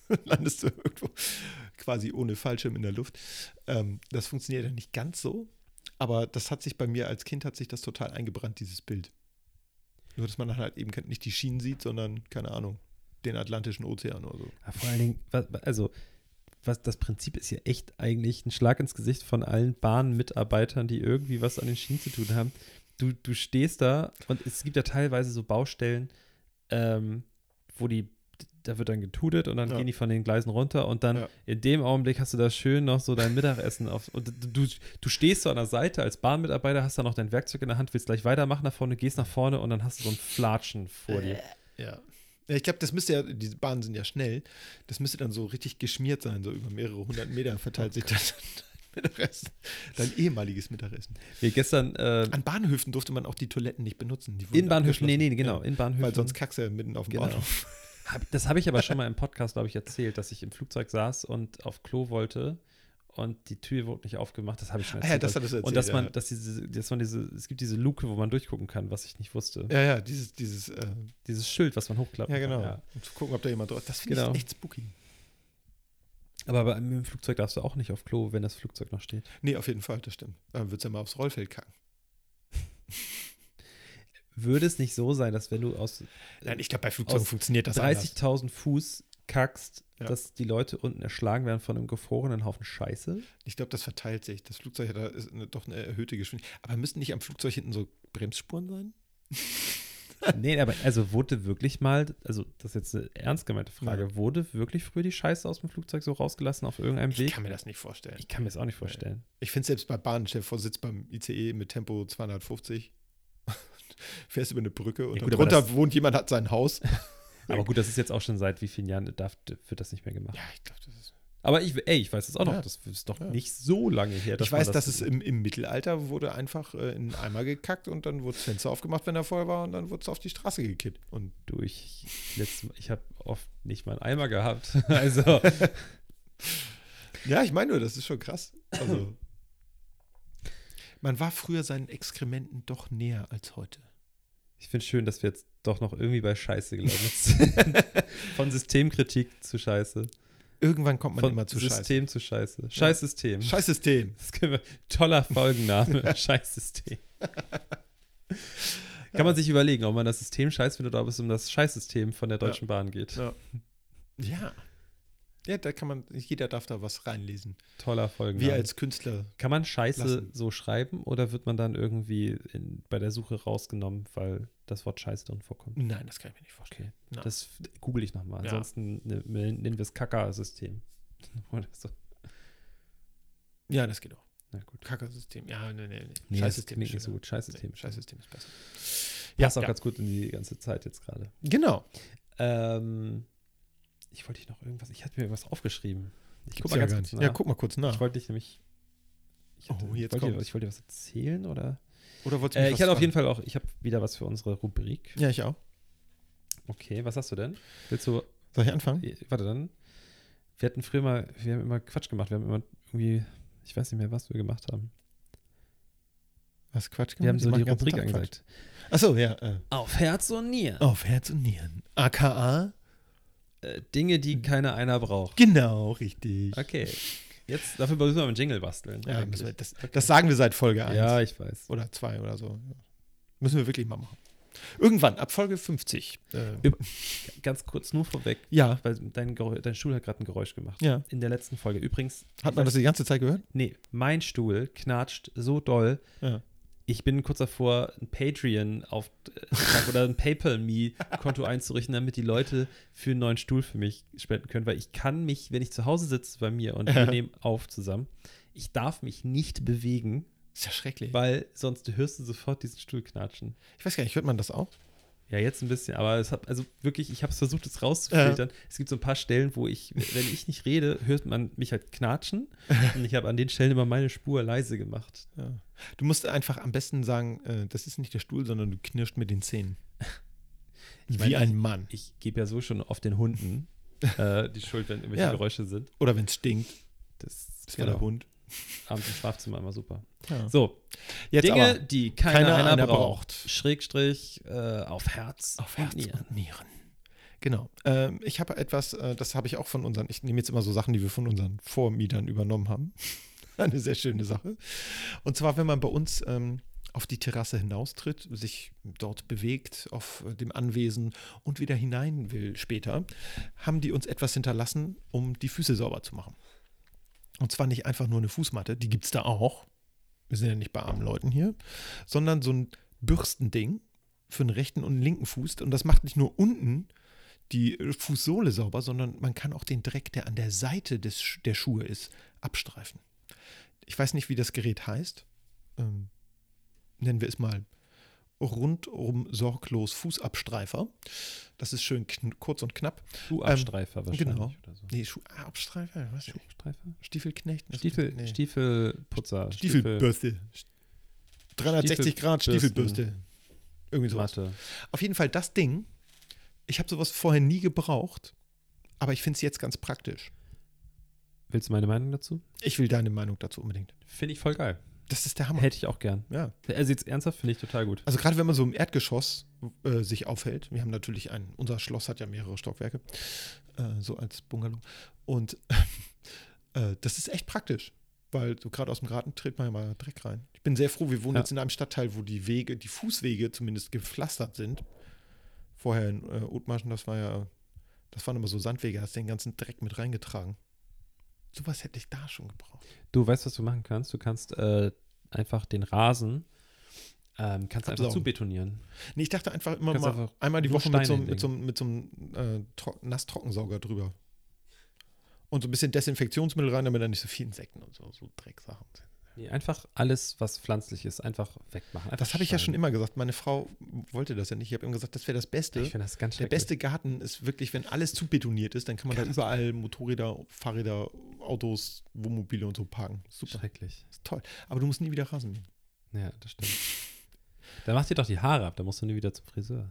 landest du irgendwo quasi ohne Fallschirm in der Luft. Das funktioniert ja nicht ganz so, aber das hat sich bei mir als Kind, hat sich das total eingebrannt, dieses Bild. Nur, dass man dann halt eben nicht die Schienen sieht, sondern, keine Ahnung, den Atlantischen Ozean oder so. Ja, vor allen Dingen, das Prinzip ist ja echt eigentlich ein Schlag ins Gesicht von allen Bahnmitarbeitern, die irgendwie was an den Schienen zu tun haben. Du stehst da und es gibt ja teilweise so Baustellen, wo da wird dann getudet und dann gehen die von den Gleisen runter und dann in dem Augenblick hast du da schön noch so dein Mittagessen und du stehst so an der Seite als Bahnmitarbeiter, hast da noch dein Werkzeug in der Hand, willst gleich weitermachen nach vorne, gehst nach vorne und dann hast du so ein Flatschen vor dir. Ja. Ja, ich glaube, das müsste ja, diese Bahnen sind ja schnell, das müsste dann so richtig geschmiert sein, so über mehrere 100 Meter verteilt sich das Mittagessen, dein ehemaliges Mittagessen. Wie gestern. An Bahnhöfen durfte man auch die Toiletten nicht benutzen. In Bahnhöfen, nee, genau, in Bahnhöfen. Weil sonst kackst du ja mitten auf dem Bahnhof. Das habe ich aber schon mal im Podcast, glaube ich, erzählt, dass ich im Flugzeug saß und auf Klo wollte und die Tür wurde nicht aufgemacht. Das habe ich schon erzählt. Ja, das hattest du erzählt. Und es gibt diese Luke, wo man durchgucken kann, was ich nicht wusste. Ja, dieses Schild, was man hochklappt. Ja, genau. Ja. Um zu gucken, ob da jemand drauf ist. Das finde ich echt spooky. Aber im Flugzeug darfst du auch nicht auf Klo, wenn das Flugzeug noch steht. Nee, auf jeden Fall, das stimmt. Dann würdest du ja mal aufs Rollfeld kacken. Würde es nicht so sein, dass wenn du Nein, ich glaube, bei Flugzeugen funktioniert das 30.000 Fuß kackst, dass die Leute unten erschlagen werden von einem gefrorenen Haufen Scheiße? Ich glaube, das verteilt sich. Das Flugzeug hat doch eine erhöhte Geschwindigkeit. Aber müssten nicht am Flugzeug hinten so Bremsspuren sein? Nee, aber also wurde wirklich mal, also das ist jetzt eine ernst gemeinte Frage, wurde wirklich früher die Scheiße aus dem Flugzeug so rausgelassen auf irgendeinem Weg? Ich kann mir das nicht vorstellen. Ich kann mir das auch nicht vorstellen. Ich finde selbst bei Bahnen, stell dir vor, sitzt beim ICE mit Tempo 250, fährst über eine Brücke und drunter wohnt jemand, hat sein Haus. Aber gut, das ist jetzt auch schon seit wie vielen Jahren wird das nicht mehr gemacht. Ja, ich glaube, das ist. Aber ich weiß es auch noch, das ist doch nicht so lange her. Ich weiß, dass es im Mittelalter wurde einfach in einen Eimer gekackt und dann wurde das Fenster aufgemacht, wenn er voll war und dann wurde es auf die Straße gekippt. Und ich habe oft nicht mal einen Eimer gehabt. Also. Ja, ich meine nur, das ist schon krass. Also, man war früher seinen Exkrementen doch näher als heute. Ich finde es schön, dass wir jetzt doch noch irgendwie bei Scheiße gelandet sind. Von Systemkritik zu Scheiße. Irgendwann kommt man Von immer zu System Scheiße. zu Scheiße. Scheißsystem. Scheißsystem. Das können wir, toller Folgenname. Scheißsystem. Kann man sich überlegen, ob man das System scheiß findet oder ob es um das Scheißsystem von der Deutschen Bahn geht. Ja. Ja, da kann man, jeder darf da was reinlesen. Toller Folgenname. Wir als Künstler. Kann man Scheiße so schreiben oder wird man dann irgendwie bei der Suche rausgenommen, weil das Wort Scheiße drin vorkommt? Nein, das kann ich mir nicht vorstellen. Okay. Das google ich nochmal. Ja. Ansonsten nennen wir es Kaka-System. So. Ja, das geht auch. Na gut. Kaka-System. Ja, nee. Scheißsystem ist nicht so gut. Scheißsystem. Scheißsystem ist besser. Passt auch ganz gut in die ganze Zeit jetzt gerade. Genau. Ich wollte dich noch irgendwas, ich hatte mir irgendwas aufgeschrieben. Ich guck mal ganz kurz nach. Ja, guck mal kurz nach. Ich wollte dich nämlich, ich wollte dir was erzählen oder wolltest du mich ich hatte auf jeden Fall auch, ich habe wieder was für unsere Rubrik. Ja, ich auch. Okay, was hast du denn? Willst du? Soll ich anfangen? Warte dann. Wir haben immer Quatsch gemacht. Wir haben immer irgendwie, ich weiß nicht mehr, was wir gemacht haben. Was Quatsch gemacht? Wir haben so die Rubrik angesagt. Achso, ja. Auf Herz und Nieren. Auf Herz und Nieren. AKA? Dinge, die keiner einer braucht. Genau, richtig. Okay. Jetzt, dafür müssen wir einen Jingle basteln. Ja, das sagen wir seit Folge 1. Ja, ich weiß. Oder 2 oder so. Müssen wir wirklich mal machen. Irgendwann, ab Folge 50. Ganz kurz nur vorweg. Ja. Weil dein Stuhl hat gerade ein Geräusch gemacht. Ja. In der letzten Folge. Übrigens. Hat man das die ganze Zeit gehört? Nee, mein Stuhl knatscht so doll. Ja. Ich bin kurz davor, ein Patreon oder ein PayPal-Me-Konto einzurichten, damit die Leute für einen neuen Stuhl für mich spenden können, weil ich kann mich, wenn ich zu Hause sitze bei mir und wir nehmen auf zusammen, ich darf mich nicht bewegen. Ist ja schrecklich. Weil sonst hörst du sofort diesen Stuhl knatschen. Ich weiß gar nicht, hört man das auch? Ja, jetzt ein bisschen, aber ich habe es versucht, es rauszufiltern. Es gibt so ein paar Stellen, wo wenn ich nicht rede, hört man mich halt knatschen. Und ich habe an den Stellen immer meine Spur leise gemacht. Ja. Du musst einfach am besten sagen, das ist nicht der Stuhl, sondern du knirscht mit den Zähnen. Wie ein Mann. Ich gebe ja so schon auf den Hunden die Schuld, wenn irgendwelche Geräusche sind. Oder wenn es stinkt. Das war der Hund. Abends im Schlafzimmer immer super. Ja. So, jetzt Dinge, aber die keiner einer braucht. Schrägstrich auf Herz und Nieren. Genau. Ich habe etwas, das habe ich auch von unseren, ich nehme jetzt immer so Sachen, die wir von unseren Vormietern übernommen haben. Eine sehr schöne Sache. Und zwar, wenn man bei uns auf die Terrasse hinaustritt, sich dort bewegt auf dem Anwesen und wieder hinein will später, haben die uns etwas hinterlassen, um die Füße sauber zu machen. Und zwar nicht einfach nur eine Fußmatte, die gibt es da auch. Wir sind ja nicht bei armen Leuten hier, sondern so ein Bürstending für den rechten und den linken Fuß. Und das macht nicht nur unten die Fußsohle sauber, sondern man kann auch den Dreck, der an der Seite der Schuhe ist, abstreifen. Ich weiß nicht, wie das Gerät heißt. Nennen wir es mal rundum sorglos Fußabstreifer. Das ist schön kurz und knapp. Schuhabstreifer wahrscheinlich. Genau. Oder so. Nee, Schuhabstreifer? Was? Schuhabstreifer? Stiefelknecht? Nee. Stiefelputzer. Stiefelbürste. 360 Grad Stiefelbürste. Irgendwie sowas. Matte. Auf jeden Fall das Ding. Ich habe sowas vorher nie gebraucht, aber ich finde es jetzt ganz praktisch. Willst du meine Meinung dazu? Ich will deine Meinung dazu unbedingt. Finde ich voll geil. Das ist der Hammer. Hätte ich auch gern. Ja. Also jetzt ernsthaft, finde ich total gut. Also gerade wenn man so im Erdgeschoss sich aufhält, wir haben natürlich unser Schloss hat ja mehrere Stockwerke, so als Bungalow. Und das ist echt praktisch, weil so gerade aus dem Garten tritt man ja mal Dreck rein. Ich bin sehr froh, wir wohnen jetzt in einem Stadtteil, wo die Fußwege zumindest gepflastert sind. Vorher in Othmarschen, das waren immer so Sandwege, hast den ganzen Dreck mit reingetragen. Sowas hätte ich da schon gebraucht. Du weißt, was du machen kannst? Du kannst einfach den Rasen kannst einfach zubetonieren. Nee, ich dachte einfach einmal die Woche mit so einem Nass-Trockensauger drüber. Und so ein bisschen Desinfektionsmittel rein, damit da nicht so viele Insekten und so Drecksachen sind. Nee, einfach alles, was pflanzlich ist, einfach wegmachen. Einfach das habe ich ja schon immer gesagt. Meine Frau wollte das ja nicht. Ich habe ihm gesagt, das wäre das Beste. Ich finde das ganz schrecklich. Der beste Garten ist wirklich, wenn alles zubetoniert ist, dann kann man da überall Motorräder, Fahrräder, Autos, Wohnmobile und so parken. Super. Schrecklich. Das ist toll. Aber du musst nie wieder Rasen mähen. Ja, das stimmt. Dann mach dir doch die Haare ab, dann musst du nie wieder zum Friseur.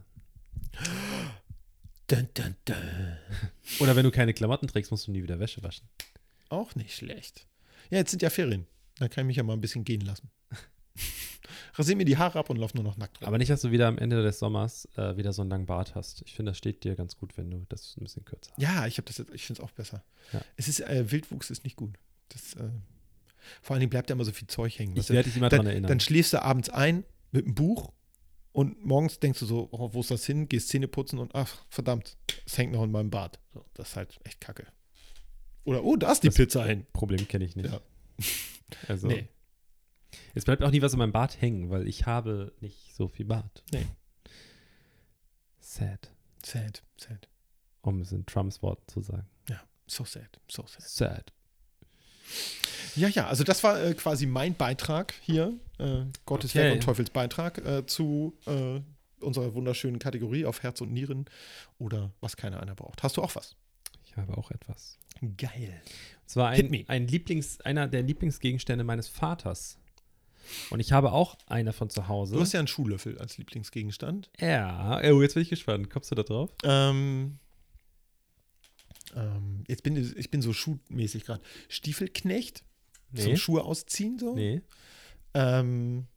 Dun, dun, dun. Oder wenn du keine Klamotten trägst, musst du nie wieder Wäsche waschen. Auch nicht schlecht. Ja, jetzt sind ja Ferien. Dann kann ich mich ja mal ein bisschen gehen lassen. Rasier mir die Haare ab und lauf nur noch nackt rum. Aber nicht, dass du wieder am Ende des Sommers wieder so einen langen Bart hast. Ich finde, das steht dir ganz gut, wenn du das ein bisschen kürzer hast. Ja, ich finde es auch besser. Ja. Wildwuchs ist nicht gut. Vor allen Dingen bleibt ja immer so viel Zeug hängen. Ich werde dich immer dran erinnern. Dann schläfst du abends ein mit einem Buch und morgens denkst du so, oh, wo ist das hin? Gehst Zähne putzen und ach, verdammt, es hängt noch in meinem Bart. So, das ist halt echt kacke. Oder, oh, da ist die Pizza hin. Problem kenne ich nicht. Ja. Also, nee. Es bleibt auch nie was in meinem Bart hängen, weil ich habe nicht so viel Bart. Nee. Sad. Sad. Um es in Trumps Worten zu sagen. Ja, so sad. Sad. Ja, also das war quasi mein Beitrag hier, Gottes Werk und Teufels Beitrag zu unserer wunderschönen Kategorie auf Herz und Nieren oder was keiner einer braucht. Hast du auch was? Ich habe auch etwas. Geil. Es war einer der Lieblingsgegenstände meines Vaters. Und ich habe auch einer von zu Hause. Du hast ja einen Schuhlöffel als Lieblingsgegenstand. Ja, jetzt bin ich gespannt. Kommst du da drauf? Ich bin so schuhmäßig gerade. Stiefelknecht? Nee. Zum Schuhe ausziehen so? Nee. Ein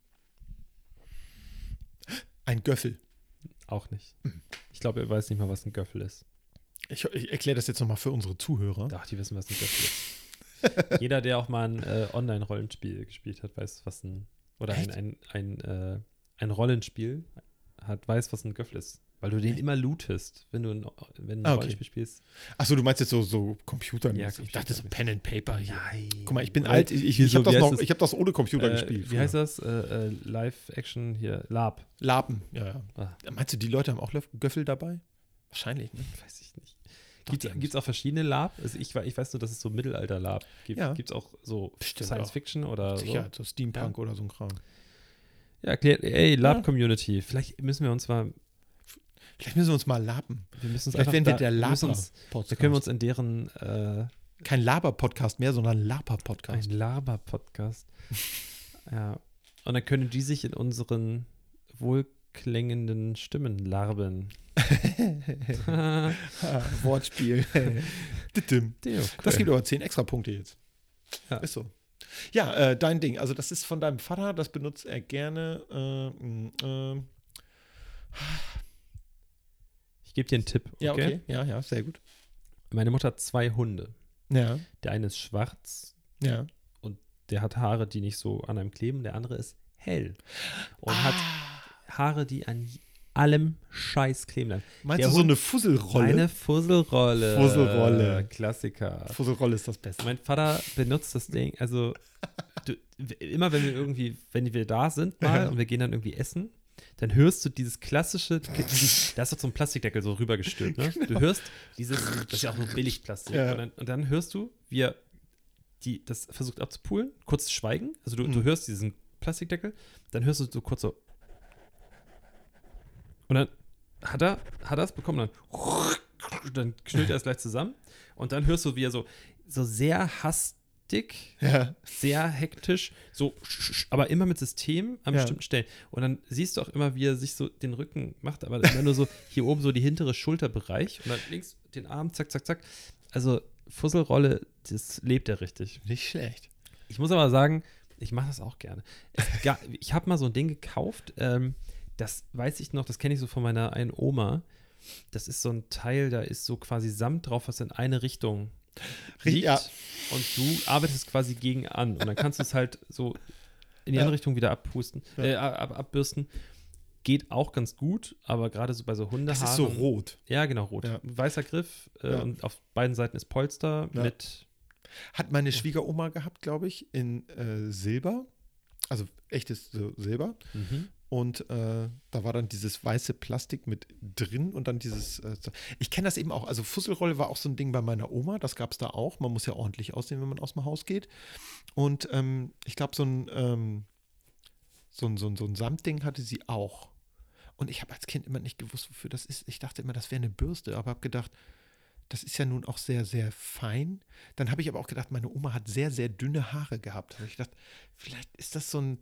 Göffel. Auch nicht. Ich glaube, er weiß nicht mal, was ein Göffel ist. Ich erkläre das jetzt nochmal für unsere Zuhörer. Ach, die wissen, was ein Göffel ist. Jeder, der auch mal ein Online-Rollenspiel gespielt hat, weiß, was ein Rollenspiel hat, weiß, was ein Göffel ist. Weil du den immer lootest, wenn du ein Rollenspiel spielst. Achso, du meinst jetzt so computermäßig. Ja, ich dachte so Pen and Paper hier. Nein. Guck mal, ich bin alt. Ich habe das ohne Computer gespielt. Wie heißt das? Live-Action hier? Lab. Lapen, ja. Meinst du, die Leute haben auch Göffel dabei? Wahrscheinlich, ne? Weiß ich nicht. Gibt es auch verschiedene Lab? Also ich weiß nur, dass es so Mittelalter-Lab gibt. Ja. Gibt es auch so Science-Fiction oder so? Sicher, so Steampunk oder so ein Kram. Ja, Lab-Community. Vielleicht müssen wir uns mal laben. Vielleicht werden wir der Laber-Podcast. Da können wir uns in deren kein Laber-Podcast mehr, sondern Laber-Podcast. Ein Laber-Podcast. Ja. Und dann können die sich in unseren wohlklingenden Stimmen larben. Wortspiel. Das gibt aber 10 extra Punkte jetzt. Ja. Ist so. Ja, dein Ding. Also das ist von deinem Vater, das benutzt er gerne. Ich gebe dir einen Tipp, okay? Ja, okay. Ja, sehr gut. Meine Mutter hat 2 Hunde. Ja, Der eine ist schwarz, ja. der hat Haare, die nicht so an einem kleben. Der andere ist hell und hat Haare, die an allem Scheiß kleben bleiben. Meinst Der du so Hund- eine Fusselrolle? Eine Fusselrolle. Fusselrolle. Klassiker. Fusselrolle ist das Beste. Mein Vater benutzt das Ding, also immer wenn wir da sind mal und wir gehen dann irgendwie essen, dann hörst du dieses klassische, da ist doch so ein Plastikdeckel so rübergestülpt, ne? Du hörst dieses, das ist ja auch nur Billigplastik. Ja. Und dann hörst du, wie er das versucht abzupulen, kurzes Schweigen, also du hörst diesen Plastikdeckel, dann hörst du so kurz so und dann hat er es bekommen, dann knüllt er es gleich zusammen und dann hörst du, wie er so sehr hastig, Ja. sehr hektisch, so, aber immer mit System an Ja. bestimmten Stellen. Und dann siehst du auch immer, wie er sich so den Rücken macht, aber immer nur so hier oben so die hintere Schulterbereich und dann links den Arm, zack, zack, zack. Also Fusselrolle, das lebt er richtig. Nicht schlecht. Ich muss aber sagen, ich mache das auch gerne. Ich habe mal so ein Ding gekauft, das weiß ich noch, das kenne ich so von meiner einen Oma. Das ist so ein Teil, da ist so quasi Samt drauf, was in eine Richtung liegt. Ja. Und du arbeitest quasi gegen an. Und dann kannst du es halt so in die andere Richtung wieder abpusten, abbürsten. Geht auch ganz gut, aber gerade so bei so Hundehaaren. Das ist so rot. Ja, genau, rot. Ja. Weißer Griff Ja. und auf beiden Seiten ist Polster Ja. mit. Hat meine Schwiegeroma gehabt, glaube ich, in Silber. Also echtes Silber. Und da war dann dieses weiße Plastik mit drin und dann dieses. Ich kenne das eben auch. Also Fusselrolle war auch so ein Ding bei meiner Oma. Das gab es da auch. Man muss ja ordentlich aussehen, wenn man aus dem Haus geht. Und ich glaube, so ein Samtding hatte sie auch. Und ich habe als Kind immer nicht gewusst, wofür das ist. Ich dachte immer, das wäre eine Bürste, aber habe gedacht, das ist ja nun auch sehr, sehr fein. Dann habe ich aber auch gedacht, meine Oma hat sehr, sehr dünne Haare gehabt. Da habe ich gedacht, vielleicht ist das so eine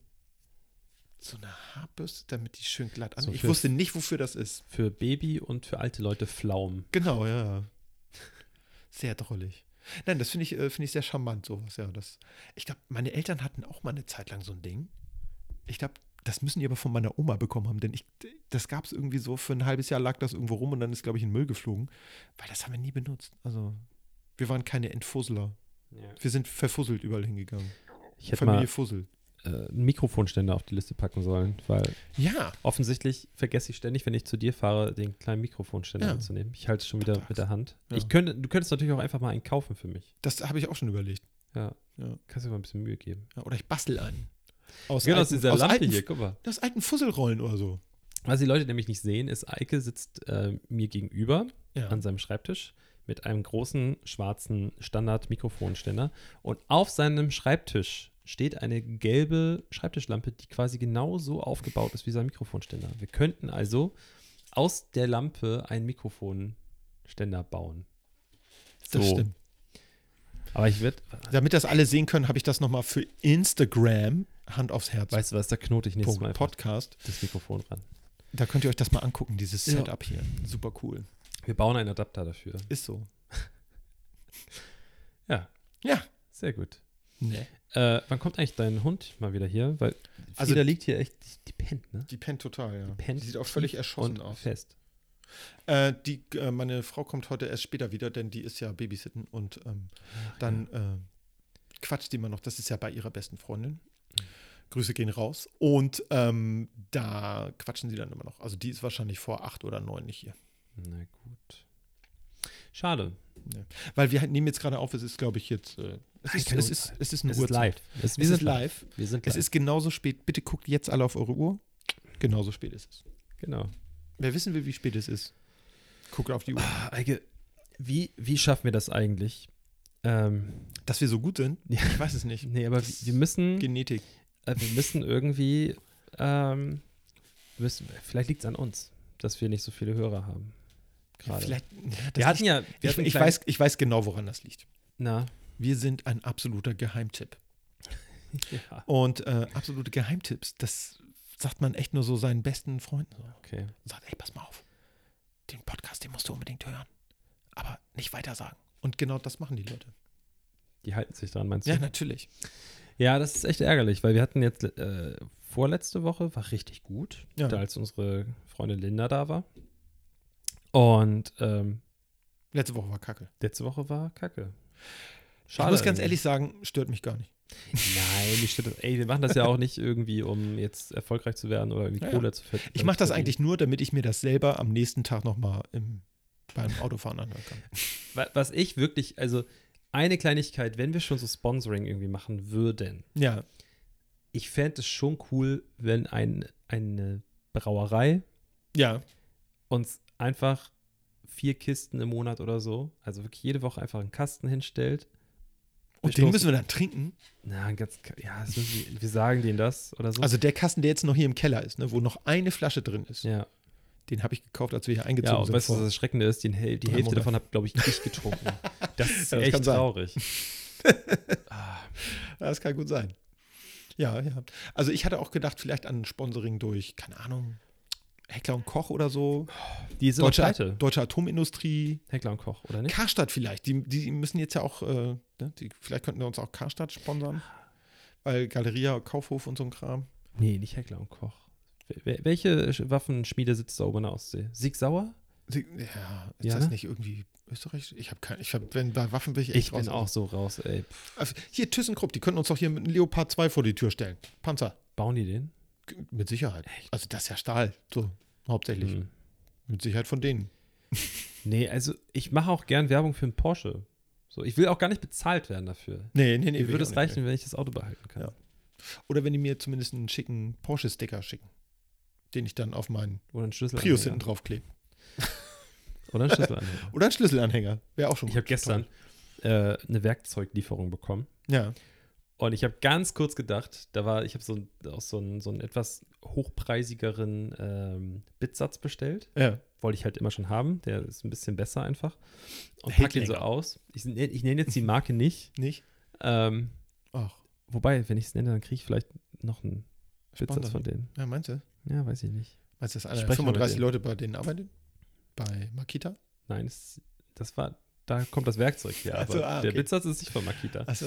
Haarbürste, damit die schön glatt an. So Ich für- wusste nicht, wofür das ist. Für Baby und für alte Leute Pflaumen. Genau, ja. Sehr drollig. Nein, das finde ich sehr charmant, sowas, ja. Ich glaube, meine Eltern hatten auch mal eine Zeit lang so ein Ding. Ich glaube, das müssen die aber von meiner Oma bekommen haben, denn das gab es irgendwie so, für ein halbes Jahr lag das irgendwo rum und dann ist, glaube ich, in den Müll geflogen, weil das haben wir nie benutzt. Also, wir waren keine Entfussler. Ja. Wir sind verfusselt überall hingegangen. Ich hätte Familie mal Fussel. einen Mikrofonständer auf die Liste packen sollen, weil Ja, offensichtlich vergesse ich ständig, wenn ich zu dir fahre, den kleinen Mikrofonständer Ja. mitzunehmen. Ich halte es schon wieder Total. mit der Hand. Ja. Du könntest natürlich auch einfach mal einen kaufen für mich. das habe ich auch schon überlegt. Ja. Ja. Kannst du mir mal ein bisschen Mühe geben. Ja, oder ich bastel einen. Aus Genau, aus alten- dieser aus Lampe alten, hier, guck mal. aus alten Fusselrollen oder so. Was die Leute nämlich nicht sehen, ist, Eike sitzt mir gegenüber Ja. an seinem Schreibtisch mit einem großen schwarzen Standard-Mikrofonständer und auf seinem Schreibtisch steht eine gelbe Schreibtischlampe, die quasi genau so aufgebaut ist wie sein Mikrofonständer. Wir könnten also aus der Lampe einen Mikrofonständer bauen. Das So. stimmt. Aber ich würde, Damit das alle sehen können, habe ich das nochmal für Instagram, Hand aufs Herz, weißt du was, da knote ich nächstes Mal einfach Podcast. das Mikrofon ran. Da könnt ihr euch das mal angucken, dieses Ja. Setup hier. Super cool. Wir bauen einen Adapter dafür. Ist so. Ja, Ja. sehr gut. Nee. Wann kommt eigentlich dein Hund mal wieder hier? Weil Also- Frieda liegt hier echt, die pennt, ne? Die pennt total, ja. Pennt Die sieht auch völlig tief erschossen und aus. fest. Meine Frau kommt heute erst später wieder, denn die ist ja Babysitten und dann quatscht die immer noch. Das ist ja bei ihrer besten Freundin. Grüße gehen raus. Und da quatschen sie dann immer noch. Also die ist wahrscheinlich vor 8 oder 9 nicht hier. Na gut. Schade. Weil wir nehmen jetzt gerade auf, es ist, glaube ich, jetzt. Es ist eine Es ist Uhrzeit. live. Wir Es sind ist live. Wir sind Es live. ist genauso spät. Bitte guckt jetzt alle auf eure Uhr. Genauso spät ist es. Genau. Wer wissen will, wie spät es ist, guckt auf die Uhr. Eike, wie schaffen wir das eigentlich? Dass wir so gut sind? Ja. Ich weiß es nicht. Nee, aber wir müssen Genetik. irgendwie, vielleicht liegt es an uns, dass wir nicht so viele Hörer haben. Gerade. Vielleicht. Ja, Wir hatten ja, wir hatten einen kleinen- ich weiß genau, woran das liegt. Na, Wir sind ein absoluter Geheimtipp. ja, Und absolute Geheimtipps, das sagt man echt nur so seinen besten Freunden. So. okay. Und sagt, ey, pass mal auf. Den Podcast, den musst du unbedingt hören. Aber nicht weiter sagen. Und genau das machen die Leute. Die halten sich dran, meinst du? Ja, natürlich. Ja, das ist echt ärgerlich, weil wir hatten jetzt vorletzte Woche, war richtig gut, Ja. da als unsere Freundin Linda da war. Und Letzte Woche war kacke. letzte Woche war Kacke. Ich muss ganz irgendwie. ehrlich sagen, stört mich gar nicht. Nein, nicht stimmt. Ey, wir machen das ja auch nicht irgendwie, um jetzt erfolgreich zu werden oder irgendwie Ja, Kohle zu verdienen. Ich mache das eigentlich nur, damit ich mir das selber am nächsten Tag nochmal beim Autofahren anhören kann. Was ich wirklich, also eine Kleinigkeit, wenn wir schon so Sponsoring irgendwie machen würden, Ja, ich fände es schon cool, wenn eine Brauerei ja. uns einfach 4 Kisten im Monat oder so, also wirklich jede Woche einfach einen Kasten hinstellt. Und den müssen wir dann trinken? Na, das wir sagen denen das oder so. Also der Kasten, der jetzt noch hier im Keller ist, ne, wo noch eine Flasche drin ist, ja. den habe ich gekauft, als wir hier Ja, eingezogen und sind. weißt du, was das Erschreckende ist? Die Hälfte Monat. davon habe, glaube ich, ich getrunken. Das ist Ja, das echt kann sein. traurig. Das kann gut sein. Ja, ja. Also ich hatte auch gedacht, vielleicht an ein Sponsoring durch, keine Ahnung, Heckler und Koch oder so. Die sind pleite. Deutsche Atomindustrie. Heckler und Koch, oder nicht? Karstadt vielleicht. Die müssen jetzt ja auch, ne, vielleicht könnten wir uns auch Karstadt sponsern. Weil Galeria, Kaufhof und so ein Kram. Nee, nicht Heckler und Koch. Welche Waffenschmiede sitzt da oben in der Ostsee? Sieg Sauer? Ja, ist Ja, das ne? nicht irgendwie Österreich? Wenn bei Waffen bin ich echt Ich bin auch so raus, ey. Also hier, ThyssenKrupp, die könnten uns doch hier mit einem Leopard 2 vor die Tür stellen. Panzer. Bauen die den? Mit Sicherheit. Also das ist ja Stahl. So, hauptsächlich. Hm. Mit Sicherheit von denen. Nee, also ich mache auch gern Werbung für einen Porsche. So, ich will auch gar nicht bezahlt werden dafür. Nee. Mir will würde ich es auch nicht. reichen, wenn ich das Auto behalten kann. Ja. Oder wenn die mir zumindest einen schicken Porsche-Sticker schicken, den ich dann auf meinen Oder ein Schlüsselanhänger. Prius hinten drauf klebe. Oder ein Schlüsselanhänger. Oder ein Schlüsselanhänger. Wäre auch schon Ich habe gestern eine Werkzeuglieferung bekommen. Ja. Und ich habe ganz kurz gedacht, ich habe so einen etwas hochpreisigeren Bitsatz bestellt. Ja. Wollte ich halt immer schon haben. Der ist ein bisschen besser einfach. Und Hält pack den so länger. aus. Ich nenne jetzt die Marke nicht. Nicht? Ähm, Ach, wobei, wenn ich es nenne, dann kriege ich vielleicht noch einen Bitsatz Sponsoring. von denen. ja, meinst du? Ja, weiß ich nicht. Meinst du, dass einer Sprechen wir mit 35 denen. Leute bei denen arbeitet? Bei Makita? Nein, da kommt das Werkzeug her. Ach so, Aber der okay. Bitsatz ist nicht von Makita. Achso.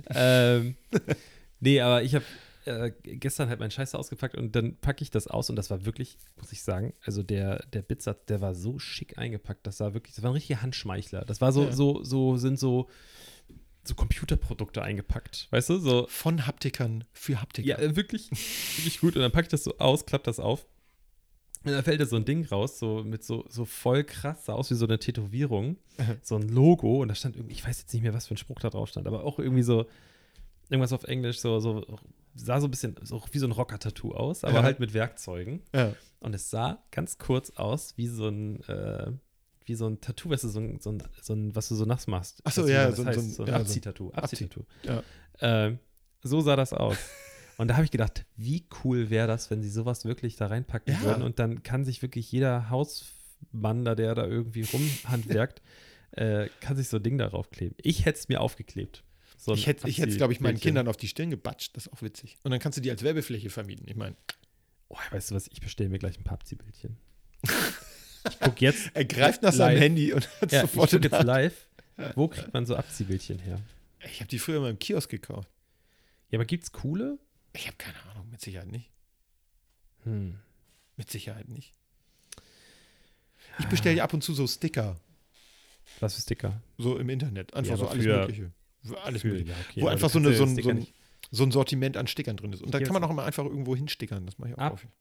Nee, aber ich habe gestern halt meinen Scheiß ausgepackt und dann packe ich das aus und das war wirklich, muss ich sagen, also der Bitsatz, der war so schick eingepackt, das war ein richtiger Handschmeichler. Das war Ja. so Computerprodukte eingepackt, weißt du? So, Von Haptikern für Haptiker. ja, wirklich, wirklich gut. Und dann packe ich das so aus, klappe das auf. Und dann fällt da so ein Ding raus, so mit so voll krass, sah aus wie so eine Tätowierung. So ein Logo und da stand irgendwie, ich weiß jetzt nicht mehr, was für ein Spruch da drauf stand, aber auch irgendwie so irgendwas auf Englisch, so sah so ein bisschen so wie so ein Rocker-Tattoo aus, aber Ja. halt mit Werkzeugen. Ja. Und es sah ganz kurz aus wie so ein Tattoo, weißt du, so ein, was du so nass machst. Ach so, Weißt du, wie ja, das so ein- heißt? so ein- so ein ja, so ein Abziehtattoo. Abziehtattoo. Ja. So sah das aus. Und da habe ich gedacht, wie cool wäre das, wenn sie sowas wirklich da reinpacken Ja. würden und dann kann sich wirklich jeder Hausmann, der da irgendwie rumhandwerkt, kann sich so ein Ding darauf kleben. Ich hätte es mir aufgeklebt. So ein Ich hätte es, glaube ich, meinen Abziehbildchen. Kindern auf die Stirn gebatscht. Das ist auch witzig. Und dann kannst du die als Werbefläche vermieten. Ich meine, Oh, weißt du was, ich bestelle mir gleich ein paar Abziehbildchen. Ich gucke jetzt. er greift nach seinem live. Handy und hat Ja, ich sofort gucke in der jetzt Hand. live. Wo kriegt man so Abziehbildchen her? Ich habe die früher mal im Kiosk gekauft. Ja, aber gibt's coole? Ich habe keine Ahnung, mit Sicherheit nicht. Hm. Mit Sicherheit nicht. Ich bestelle ja ab und zu so Sticker, Was für Sticker? so im Internet. Einfach Ja, so aber alles für- Mögliche. Alles Mögliche. Ja, okay, Wo aber einfach du kannst ja Sticker nicht- so ein Sortiment an Stickern drin ist. Und da Hier kann man ist- auch immer einfach irgendwo hinstickern. Das mache ich auch häufig.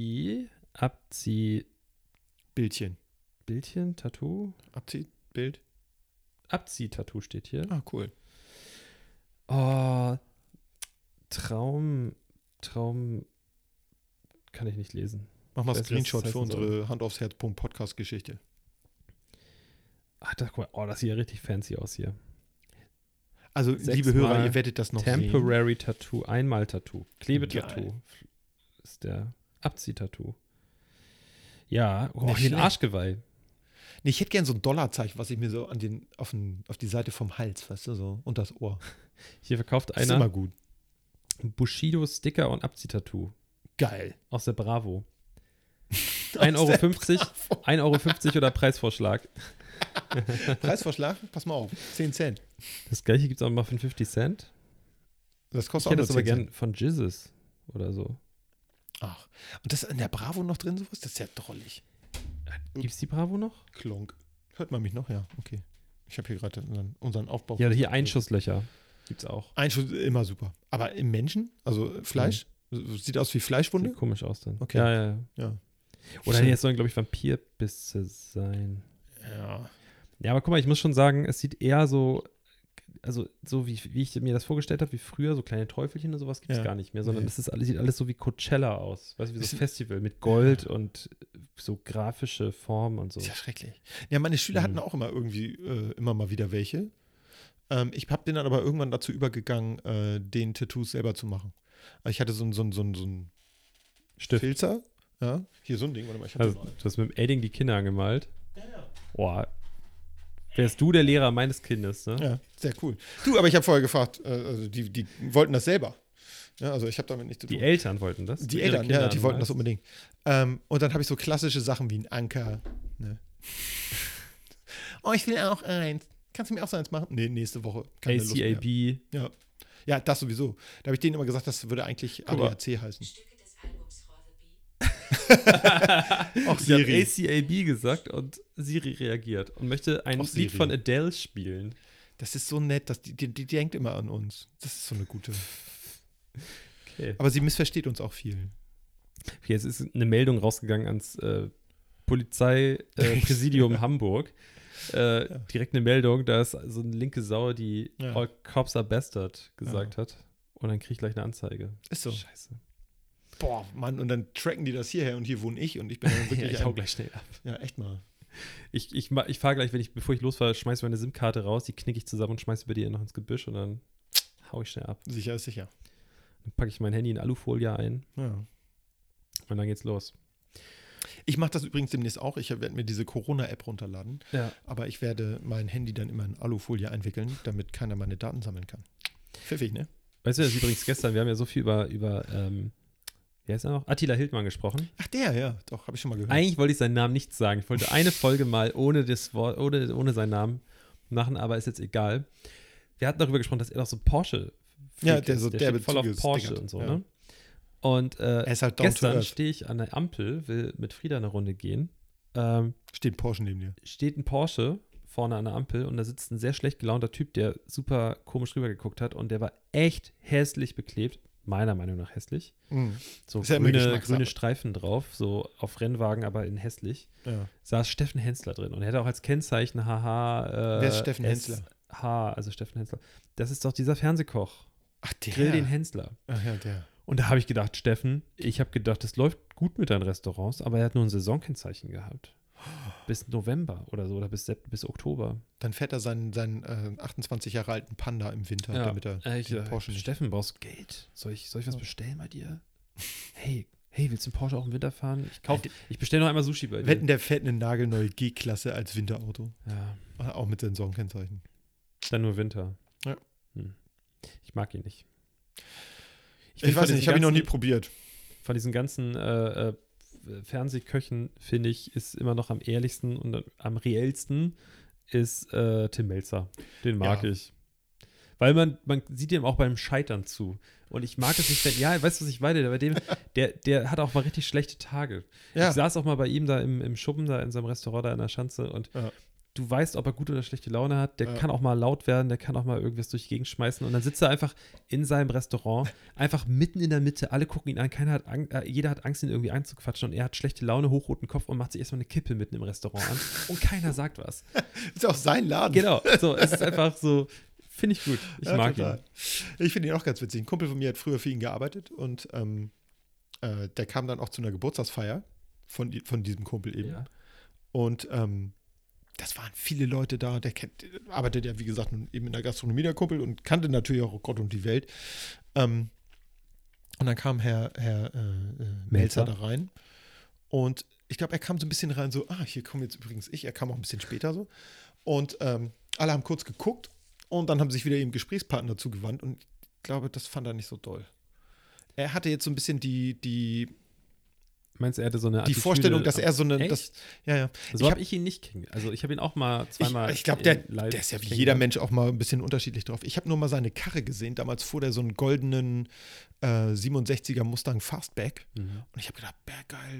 Abziehbildchen, Bildchen. Tattoo. Abziehbild. Abziehtattoo steht hier. Ah, cool. Oh, Traum kann ich nicht lesen. Mach mal Ich weiß nicht, was Screenshot das für heißen soll. unsere Hand aufs Herz Podcast-Geschichte. Ach, guck mal, das sieht ja richtig fancy aus hier. Also, 6 liebe Hörer, mal ihr werdet das noch sehen. Temporary Tattoo, Einmal-Tattoo, Klebetattoo Geil. ist der Abziehtattoo. Ja, oh, Nicht hier ein schlecht. Arschgeweih. Nee, ich hätte gern so ein Dollarzeichen, was ich mir so auf die Seite vom Hals, weißt du, so unter das Ohr. Hier verkauft Das ist immer einer gut. Bushido-Sticker und Abziehtattoo Geil. aus der Bravo. Aus 1,50 Euro, 1,50 Euro oder Preisvorschlag. Preisvorschlag? Pass mal auf. 10 Cent. Das gleiche gibt es auch mal von 50 Cent. Das Ich kostet hätte auch das nur aber 10 gern Cent. von Jizzes oder so. Ach. Und das in der Bravo noch drin sowas? Das ist ja drollig. Gibt's die Bravo noch? Klonk. Hört man mich noch? Ja, okay. Ich habe hier gerade unseren Aufbau. Ja, hier Einschusslöcher gibt's auch. Einschuss immer super. Aber im Menschen? Also Fleisch? Sieht aus wie Fleischwunde? Sieht komisch aus dann. Okay. Ja. Ja. Oder nee, jetzt sollen, glaube ich, Vampirbisse sein. Ja. Ja, aber guck mal, ich muss schon sagen, es sieht eher so, also so wie ich mir das vorgestellt habe, wie früher, so kleine Teufelchen und sowas gibt es gar nicht mehr, sondern es ist alles, sieht alles so wie Coachella aus. Weißt du, wie so ein Festival mit Gold und so grafische Formen und so. Ist ja schrecklich. Ja, meine Schüler hatten auch immer irgendwie, immer mal wieder welche. Ich habe den dann aber irgendwann dazu übergegangen, den Tattoos selber zu machen. Also ich hatte so einen Stift. Filzer. Ja, hier so ein Ding. Warte mal, ich hab Also, den mal. du hast mit dem Edding die Kinder angemalt. Ja. Boah. Wärst du der Lehrer meines Kindes, ne? Ja, sehr cool. Du, aber ich habe vorher gefragt, also die wollten das selber. Ja, also ich habe damit nichts zu tun. Die Eltern wollten das? Die Eltern, ja, die wollten das unbedingt. Und dann habe ich so klassische Sachen wie ein Anker. Ne? Oh, ich will auch eins. Kannst du mir auch so eins machen? Nee, nächste Woche. Keine Lust mehr. ACAB. Ja, das sowieso. Da habe ich denen immer gesagt, das würde eigentlich ADAC heißen. Stücke des Albums For the Bee. Auch Ich habe Siri. ACAB gesagt und Siri reagiert und möchte ein Auch Lied Siri. von Adele spielen. Das ist so nett, dass die denkt immer an uns. Das ist so eine gute. Okay. Aber sie missversteht uns auch viel. Okay, jetzt ist eine Meldung rausgegangen ans Polizeipräsidium Hamburg. Direkt eine Meldung, da ist so eine linke Sau, die All Cops are Bastard gesagt hat. Und dann kriege ich gleich eine Anzeige. Ist so. Scheiße. Boah, Mann, und dann tracken die das hierher und hier wohne ich und ich bin dann wirklich ich hau gleich schnell ab. Ja, echt mal. Ich fahre gleich, bevor ich losfahre, schmeiße meine SIM-Karte raus, die knicke ich zusammen und schmeiße bei dir noch ins Gebüsch und dann hau ich schnell ab. Sicher ist sicher. Dann packe ich mein Handy in Alufolie ein Ja. und dann geht's los. Ich mache das übrigens demnächst auch. Ich werde mir diese Corona-App runterladen. Ja. Aber ich werde mein Handy dann immer in Alufolie einwickeln, damit keiner meine Daten sammeln kann. Pfiffig, ne? Weißt du, das ist übrigens gestern, wir haben ja so viel über wie heißt er noch? Attila Hildmann gesprochen. Ach, der, ja. Doch, habe ich schon mal gehört. Eigentlich wollte ich seinen Namen nicht sagen. Ich wollte eine Folge mal ohne das Wort, ohne seinen Namen machen, aber ist jetzt egal. Wir hatten darüber gesprochen, dass er doch so Porsche Ja, der so steht derbe voll auf Züge Porsche stickert. und so, Ja. ne? Und Er ist halt down to gestern earth. stehe ich an der Ampel, will mit Frieda eine Runde gehen. Steht Porsche neben dir. Steht ein Porsche vorne an der Ampel und da sitzt ein sehr schlecht gelaunter Typ, der super komisch rübergeguckt hat und der war echt hässlich beklebt. Meiner Meinung nach hässlich. So Ist ja immer Geschmackssache. grüne Streifen drauf, so auf Rennwagen, aber in hässlich. Ja. Saß Steffen Hensler drin und er hatte auch als Kennzeichen Wer ist Steffen Hensler? Also Steffen Hensler. Das ist doch dieser Fernsehkoch. Ach, der. Grill den Hensler. Ach ja, der. Und da habe ich gedacht, Steffen, ich habe gedacht, das läuft gut mit deinen Restaurants, aber er hat nur ein Saisonkennzeichen gehabt. Bis November oder so, oder bis Oktober. Dann fährt er seinen 28 Jahre alten Panda im Winter, Ja, damit er ich den dachte, Porsche nicht. Steffen, brauchst du Geld? Soll ich was bestellen bei dir? Hey, willst du einen Porsche auch im Winter fahren? Ich bestelle noch einmal Sushi bei dir. Wetten, der fährt eine nagelneue G-Klasse als Winterauto. Ja, Auch mit Saisonkennzeichen. dann nur Winter. Ja. Ich mag ihn nicht. Ich find weiß von nicht, ich habe ihn noch nie diesen probiert. Von diesen ganzen Fernsehköchen, finde ich, ist immer noch am ehrlichsten und am reellsten ist Tim Melzer. Den mag ich. Weil man sieht ihm auch beim Scheitern zu. Und ich mag es nicht, weißt du, was ich meine? Bei dem, der hat auch mal richtig schlechte Tage. Ja. Ich saß auch mal bei ihm da im Schuppen, da in seinem Restaurant da in der Schanze und du weißt, ob er gute oder schlechte Laune hat. Der kann auch mal laut werden, der kann auch mal irgendwas durch die Gegend schmeißen. Und dann sitzt er einfach in seinem Restaurant, einfach mitten in der Mitte. Alle gucken ihn an, jeder hat Angst, ihn irgendwie einzuquatschen. Und er hat schlechte Laune, hochroten Kopf und macht sich erstmal eine Kippe mitten im Restaurant an. Und keiner sagt was. Ist auch sein Laden. Genau, so, es ist einfach so, finde ich gut. Ich mag total. ihn. Ich finde ihn auch ganz witzig. Ein Kumpel von mir hat früher für ihn gearbeitet und der kam dann auch zu einer Geburtstagsfeier von diesem Kumpel eben. Ja. Und das waren viele Leute da. Der arbeitet ja, wie gesagt, eben in der Gastronomie, der Kumpel, und kannte natürlich auch Gott und die Welt. Und dann kam Herr Melzer da rein. Und ich glaube, er kam so ein bisschen rein, so, hier komme jetzt übrigens ich. Er kam auch ein bisschen später so. Und alle haben kurz geguckt und dann haben sich wieder eben Gesprächspartner zugewandt. Und ich glaube, das fand er nicht so doll. Er hatte jetzt so ein bisschen Meinst du, er hatte so eine die Attitüde, Vorstellung, dass er so eine. Echt? Ja. So habe ich ihn nicht kennengelernt. Also ich habe ihn auch mal zweimal. Ich glaube, der live ist ja wie kennengelernt. jeder Mensch auch mal ein bisschen unterschiedlich drauf. Ich habe nur mal seine Karre gesehen. Damals fuhr der so einen goldenen 67er Mustang Fastback. Mhm. Und ich habe gedacht, geil,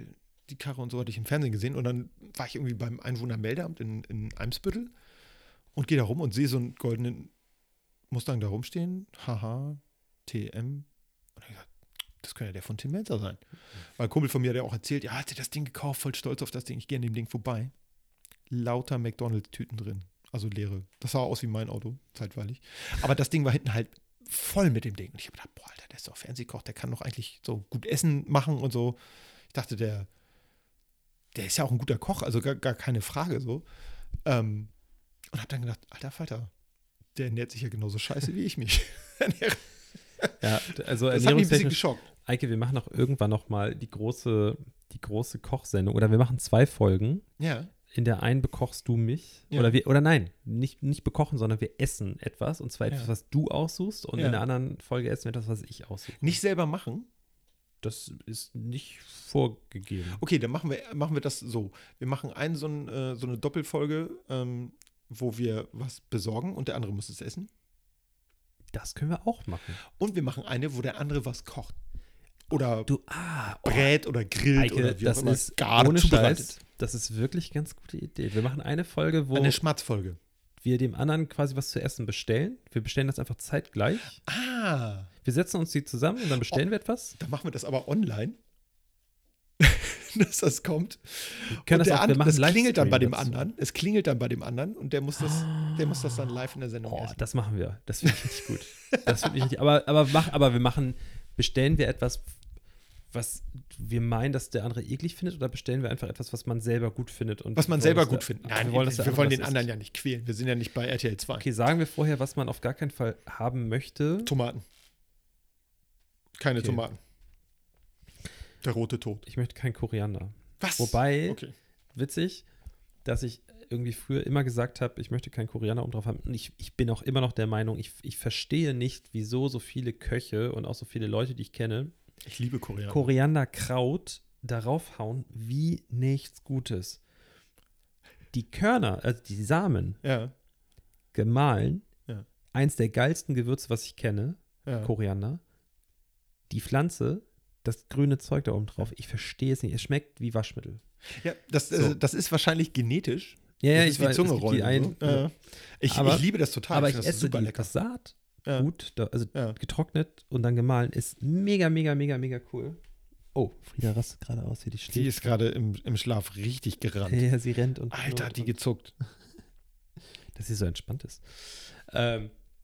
die Karre und so hatte ich im Fernsehen gesehen. Und dann war ich irgendwie beim Einwohnermeldeamt in Eimsbüttel und gehe da rum und sehe so einen goldenen Mustang da rumstehen. Haha, TM. Und ich gesagt, das könnte ja der von Tim Melzer sein. Weil ein Kumpel von mir hat ja auch erzählt, ja, hat sie das Ding gekauft, voll stolz auf das Ding. Ich gehe an dem Ding vorbei. Lauter McDonalds-Tüten drin. Also leere. Das sah aus wie mein Auto, zeitweilig. Aber das Ding war hinten halt voll mit dem Ding. Und ich habe gedacht, boah, Alter, der ist doch Fernsehkoch, der kann doch eigentlich so gut Essen machen und so. Ich dachte, der ist ja auch ein guter Koch, also gar keine Frage so. Und habe dann gedacht, alter Falter, der ernährt sich ja genauso scheiße wie ich mich ernähre. Ja, also Das hat mich ein bisschen geschockt. Eike, wir machen auch irgendwann noch mal die große Kochsendung. Oder wir machen 2 Folgen. Ja. In der einen bekochst du mich. Ja. Oder nein, nicht bekochen, sondern wir essen etwas. Und zwar etwas, was du aussuchst. Und in der anderen Folge essen wir etwas, was ich aussuche. Nicht selber machen? Das ist nicht vorgegeben. Okay, dann machen wir das so. Wir machen so eine Doppelfolge, wo wir was besorgen und der andere muss es essen. Das können wir auch machen. Und wir machen eine, wo der andere was kocht. Oder oh, brät oder grillt Eike, oder wie das auch immer. ist Gar ohne zubereitet. Scheiß, das ist wirklich eine ganz gute Idee. Wir machen eine Folge, wo Eine Schmatzfolge. wir dem anderen quasi was zu essen bestellen. Wir bestellen das einfach zeitgleich. Wir setzen uns die zusammen und dann bestellen wir etwas. Dann machen wir das aber online. Dass das kommt. Wir machen das klingelt dann bei dem dazu. anderen. Es klingelt dann bei dem anderen und der muss das dann live in der Sendung essen. Das machen wir. Das finde ich richtig gut. Das finde ich richtig. Aber bestellen wir etwas, was wir meinen, dass der andere eklig findet, oder bestellen wir einfach etwas, was man selber gut findet? Und was man selber gut findet. Nein, wir wollen den das anderen ja nicht quälen. Wir sind ja nicht bei RTL 2. Okay, sagen wir vorher, was man auf gar keinen Fall haben möchte. Tomaten. Keine Okay. Tomaten. Der rote Tod. Ich möchte kein Koriander. Was? Wobei, Okay. witzig, dass ich irgendwie früher immer gesagt habe, ich möchte kein Koriander oben drauf haben. Und ich bin auch immer noch der Meinung, ich verstehe nicht, wieso so viele Köche und auch so viele Leute, die ich kenne, Ich liebe Koriander. Korianderkraut darauf hauen wie nichts Gutes. Die Körner, also die Samen, Ja. gemahlen, Ja. eins der geilsten Gewürze, was ich kenne, Ja. Koriander. Die Pflanze, das grüne Zeug da oben drauf, ich verstehe es nicht. Es schmeckt wie Waschmittel. Ja, das ist wahrscheinlich genetisch. Ja, das ist wie Zungerollen. So. Ja. Ich liebe das total. Aber ich ich finde das esse super lecker. das Saat Ja. gut, Ja. getrocknet und dann gemahlen, ist mega, mega, mega, mega cool. Oh, Frieda rastet gerade aus, wie die Die schläft. ist gerade im Schlaf richtig gerannt. Ja, sie rennt und Alter, hat die und, gezuckt. dass sie so entspannt ist. Das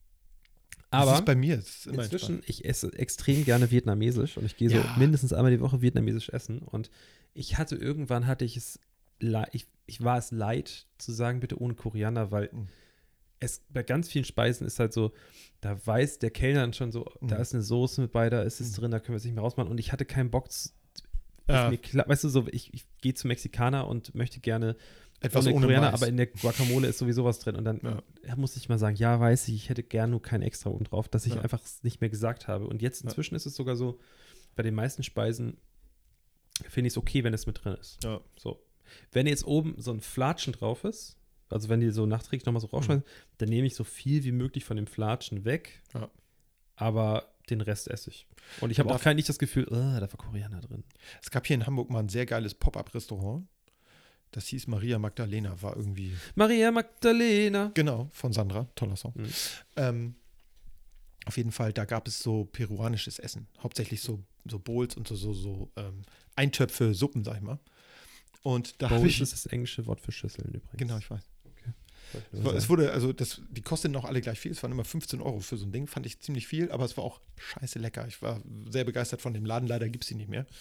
Aber ist bei mir. Das ist immer inzwischen, entspannt. ich esse extrem gerne vietnamesisch und ich gehe so Ja. mindestens einmal die Woche vietnamesisch essen. Und irgendwann hatte ich es, ich war es leid zu sagen, bitte ohne Koriander, weil Mhm. es bei ganz vielen Speisen ist halt so, da weiß der Kellner dann schon so, da ist eine Soße mit bei, da ist es drin, da können wir es nicht mehr rausmachen. Und ich hatte keinen Bock, Ja. mir klar, weißt du, so, ich gehe zum Mexikaner und möchte gerne Etwas ohne ohne Koriander, Mais. aber in der Guacamole ist sowieso was drin. Und dann muss ich mal sagen, ja, weiß ich hätte gern nur kein extra oben drauf, dass ich einfach es nicht mehr gesagt habe. Und jetzt inzwischen ist es sogar so, bei den meisten Speisen finde ich es okay, wenn es mit drin ist. Ja. So. Wenn jetzt oben so ein Flatschen drauf ist, also wenn die so nachträglich nochmal so rausschmeißen, dann nehme ich so viel wie möglich von dem Flatschen weg, Ja. aber den Rest esse ich. Und ich habe auch nicht das Gefühl, da war Koriander drin. Es gab hier in Hamburg mal ein sehr geiles Pop-Up-Restaurant. Das hieß Maria Magdalena, war irgendwie. Maria Magdalena. Genau, von Sandra, toller Song. Mhm. Auf jeden Fall, da gab es so peruanisches Essen. Hauptsächlich so Bowls und so Eintöpfe, Suppen, sag ich mal. Und da habe Bowl ich. ist das englische Wort für Schüsseln übrigens. Genau, ich weiß. Okay. Es wurde, also die kosteten auch alle gleich viel. Es waren immer 15 € für so ein Ding. Fand ich ziemlich viel, aber es war auch scheiße lecker. Ich war sehr begeistert von dem Laden. Leider gibt es ihn nicht mehr.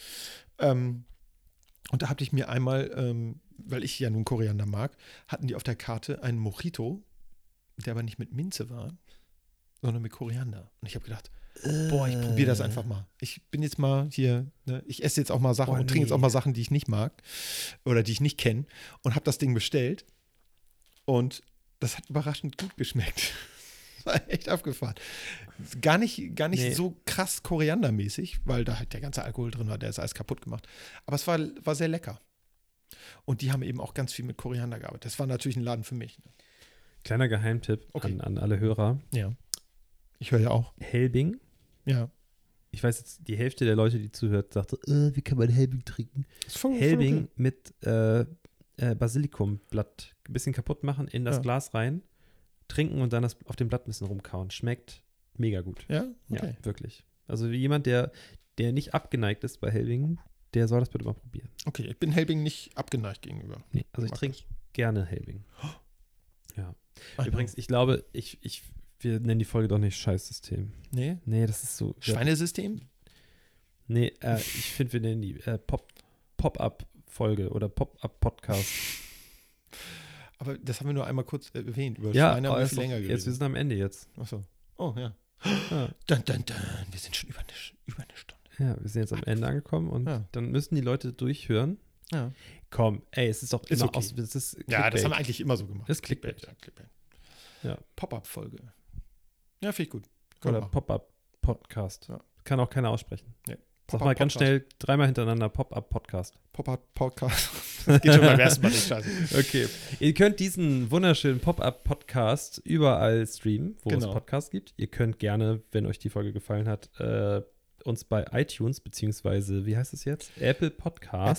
Und da hatte ich mir einmal, weil ich ja nun Koriander mag, hatten die auf der Karte einen Mojito, der aber nicht mit Minze war, sondern mit Koriander. Und ich habe gedacht, boah, ich probiere das einfach mal. Ich bin jetzt mal hier, ne, ich esse jetzt auch mal Sachen und trinke jetzt auch mal Sachen, die ich nicht mag oder die ich nicht kenne und habe das Ding bestellt. Und das hat überraschend gut geschmeckt. Das war echt abgefahren. Gar nicht so krass koriandermäßig, weil da halt der ganze Alkohol drin war, der ist alles kaputt gemacht. Aber es war sehr lecker. Und die haben eben auch ganz viel mit Koriander gearbeitet. Das war natürlich ein Laden für mich. Ne? Kleiner Geheimtipp an alle Hörer. Ja. Ich höre ja auch. Helbing Ja. ich weiß jetzt, die Hälfte der Leute, die zuhört, sagte, wie kann man Helbing trinken? Ist voll Helbing okay. mit Basilikumblatt ein bisschen kaputt machen, in das Glas rein, trinken und dann das auf dem Blatt ein bisschen rumkauen. Schmeckt mega gut. Ja? Okay. Ja, wirklich. Also wie jemand, der nicht abgeneigt ist bei Helbing, der soll das bitte mal probieren. Okay, ich bin Helbing nicht abgeneigt gegenüber. Nee, also ich Mag trinke das. gerne Helbing. Ja. Ach, Übrigens, ich glaube, wir nennen die Folge doch nicht Scheißsystem. Nee? Nee, das ist so. Schweinesystem? Nee, ich finde, wir nennen die Pop-Up-Folge oder Pop-Up-Podcast. Aber das haben wir nur einmal kurz erwähnt. Über Ja, Schweine haben wir aber viel länger jetzt, wir geredet. sind am Ende jetzt. Achso. Oh, ja. Ja. Dun, dun, dun. Wir sind schon über eine Stunde. Ja, wir sind jetzt am Ende angekommen und dann müssen die Leute durchhören. Ja. Komm, ey, es ist doch Ist immer okay. das ist Ja, das Clickbait. haben wir eigentlich immer so gemacht. Das ist Clickbait. Ja, Clickbait. Ja. Pop-Up-Folge. Ja, finde ich gut. Können Oder wir. Pop-Up-Podcast. Ja. Kann auch keiner aussprechen. Nee. Sag mal ganz schnell dreimal hintereinander Pop-Up-Podcast. Pop-Up-Podcast. Das geht schon beim ersten Mal nicht scheiße. Okay. Ihr könnt diesen wunderschönen Pop-Up-Podcast überall streamen, wo es Podcasts gibt. Ihr könnt gerne, wenn euch die Folge gefallen hat, uns bei iTunes, beziehungsweise, wie heißt es jetzt? Apple Podcasts.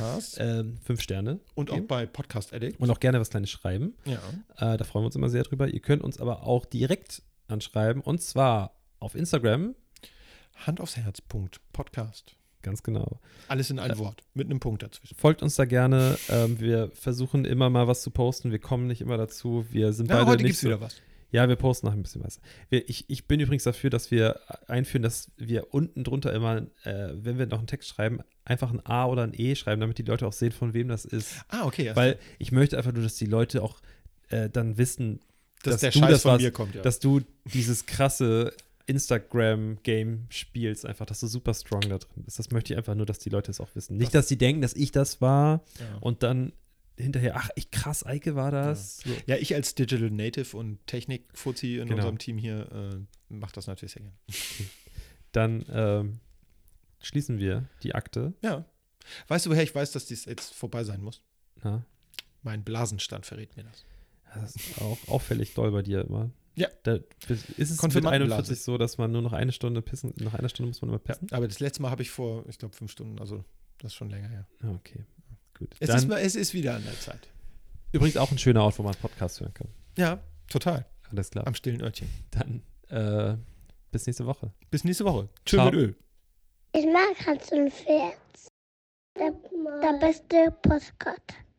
5 Sterne. Und geben. auch bei Podcast Addict. Und auch gerne was Kleines schreiben. Ja. Da freuen wir uns immer sehr drüber. Ihr könnt uns aber auch direkt anschreiben. Und zwar auf Instagram. Hand aufs Herz. Podcast. Ganz genau. Alles in ein Wort. Mit einem Punkt dazwischen. Folgt uns da gerne. Wir versuchen immer mal was zu posten. Wir kommen nicht immer dazu. Wir sind beide heute nicht gibt's so, wieder was. Ja, wir posten noch ein bisschen was. Ich bin übrigens dafür, dass wir einführen, dass wir unten drunter immer, wenn wir noch einen Text schreiben, einfach ein A oder ein E schreiben, damit die Leute auch sehen, von wem das ist. Ah, okay. Weil ich möchte einfach nur, dass die Leute auch dann wissen, dass der du Scheiß das von warst, mir kommt, ja. dass du dieses krasse Instagram-Game spielst, einfach, dass du super strong da drin bist. Das möchte ich einfach nur, dass die Leute es auch wissen. Nicht, dass sie denken, dass ich das war und dann hinterher, ach, krass, Eike war das. Ja, so. ja, ich als Digital Native und Technik-Fuzzi in unserem Team hier mache das natürlich sehr gerne. Okay. Dann schließen wir die Akte. Ja. Weißt du, woher ich weiß, dass dies jetzt vorbei sein muss? Na? Mein Blasenstand verrät mir das. Das ist auch auffällig doll bei dir immer. Ja. Da ist es mit Konfirmandenblase. 41 so, dass man nur noch eine Stunde pissen, nach einer Stunde muss man immer pissen? Aber das letzte Mal habe ich vor, ich glaube, 5 Stunden, also das ist schon länger her. Ja. Okay, gut. Es ist wieder an der Zeit. Übrigens auch ein schöner Ort, wo man Podcast hören kann. Ja, total. Alles klar. Am stillen Örtchen. Dann bis nächste Woche. Bis nächste Woche. Tschüss Ciao. mit Öl. Ich mag Hans und Pferd. Der beste Postkarte.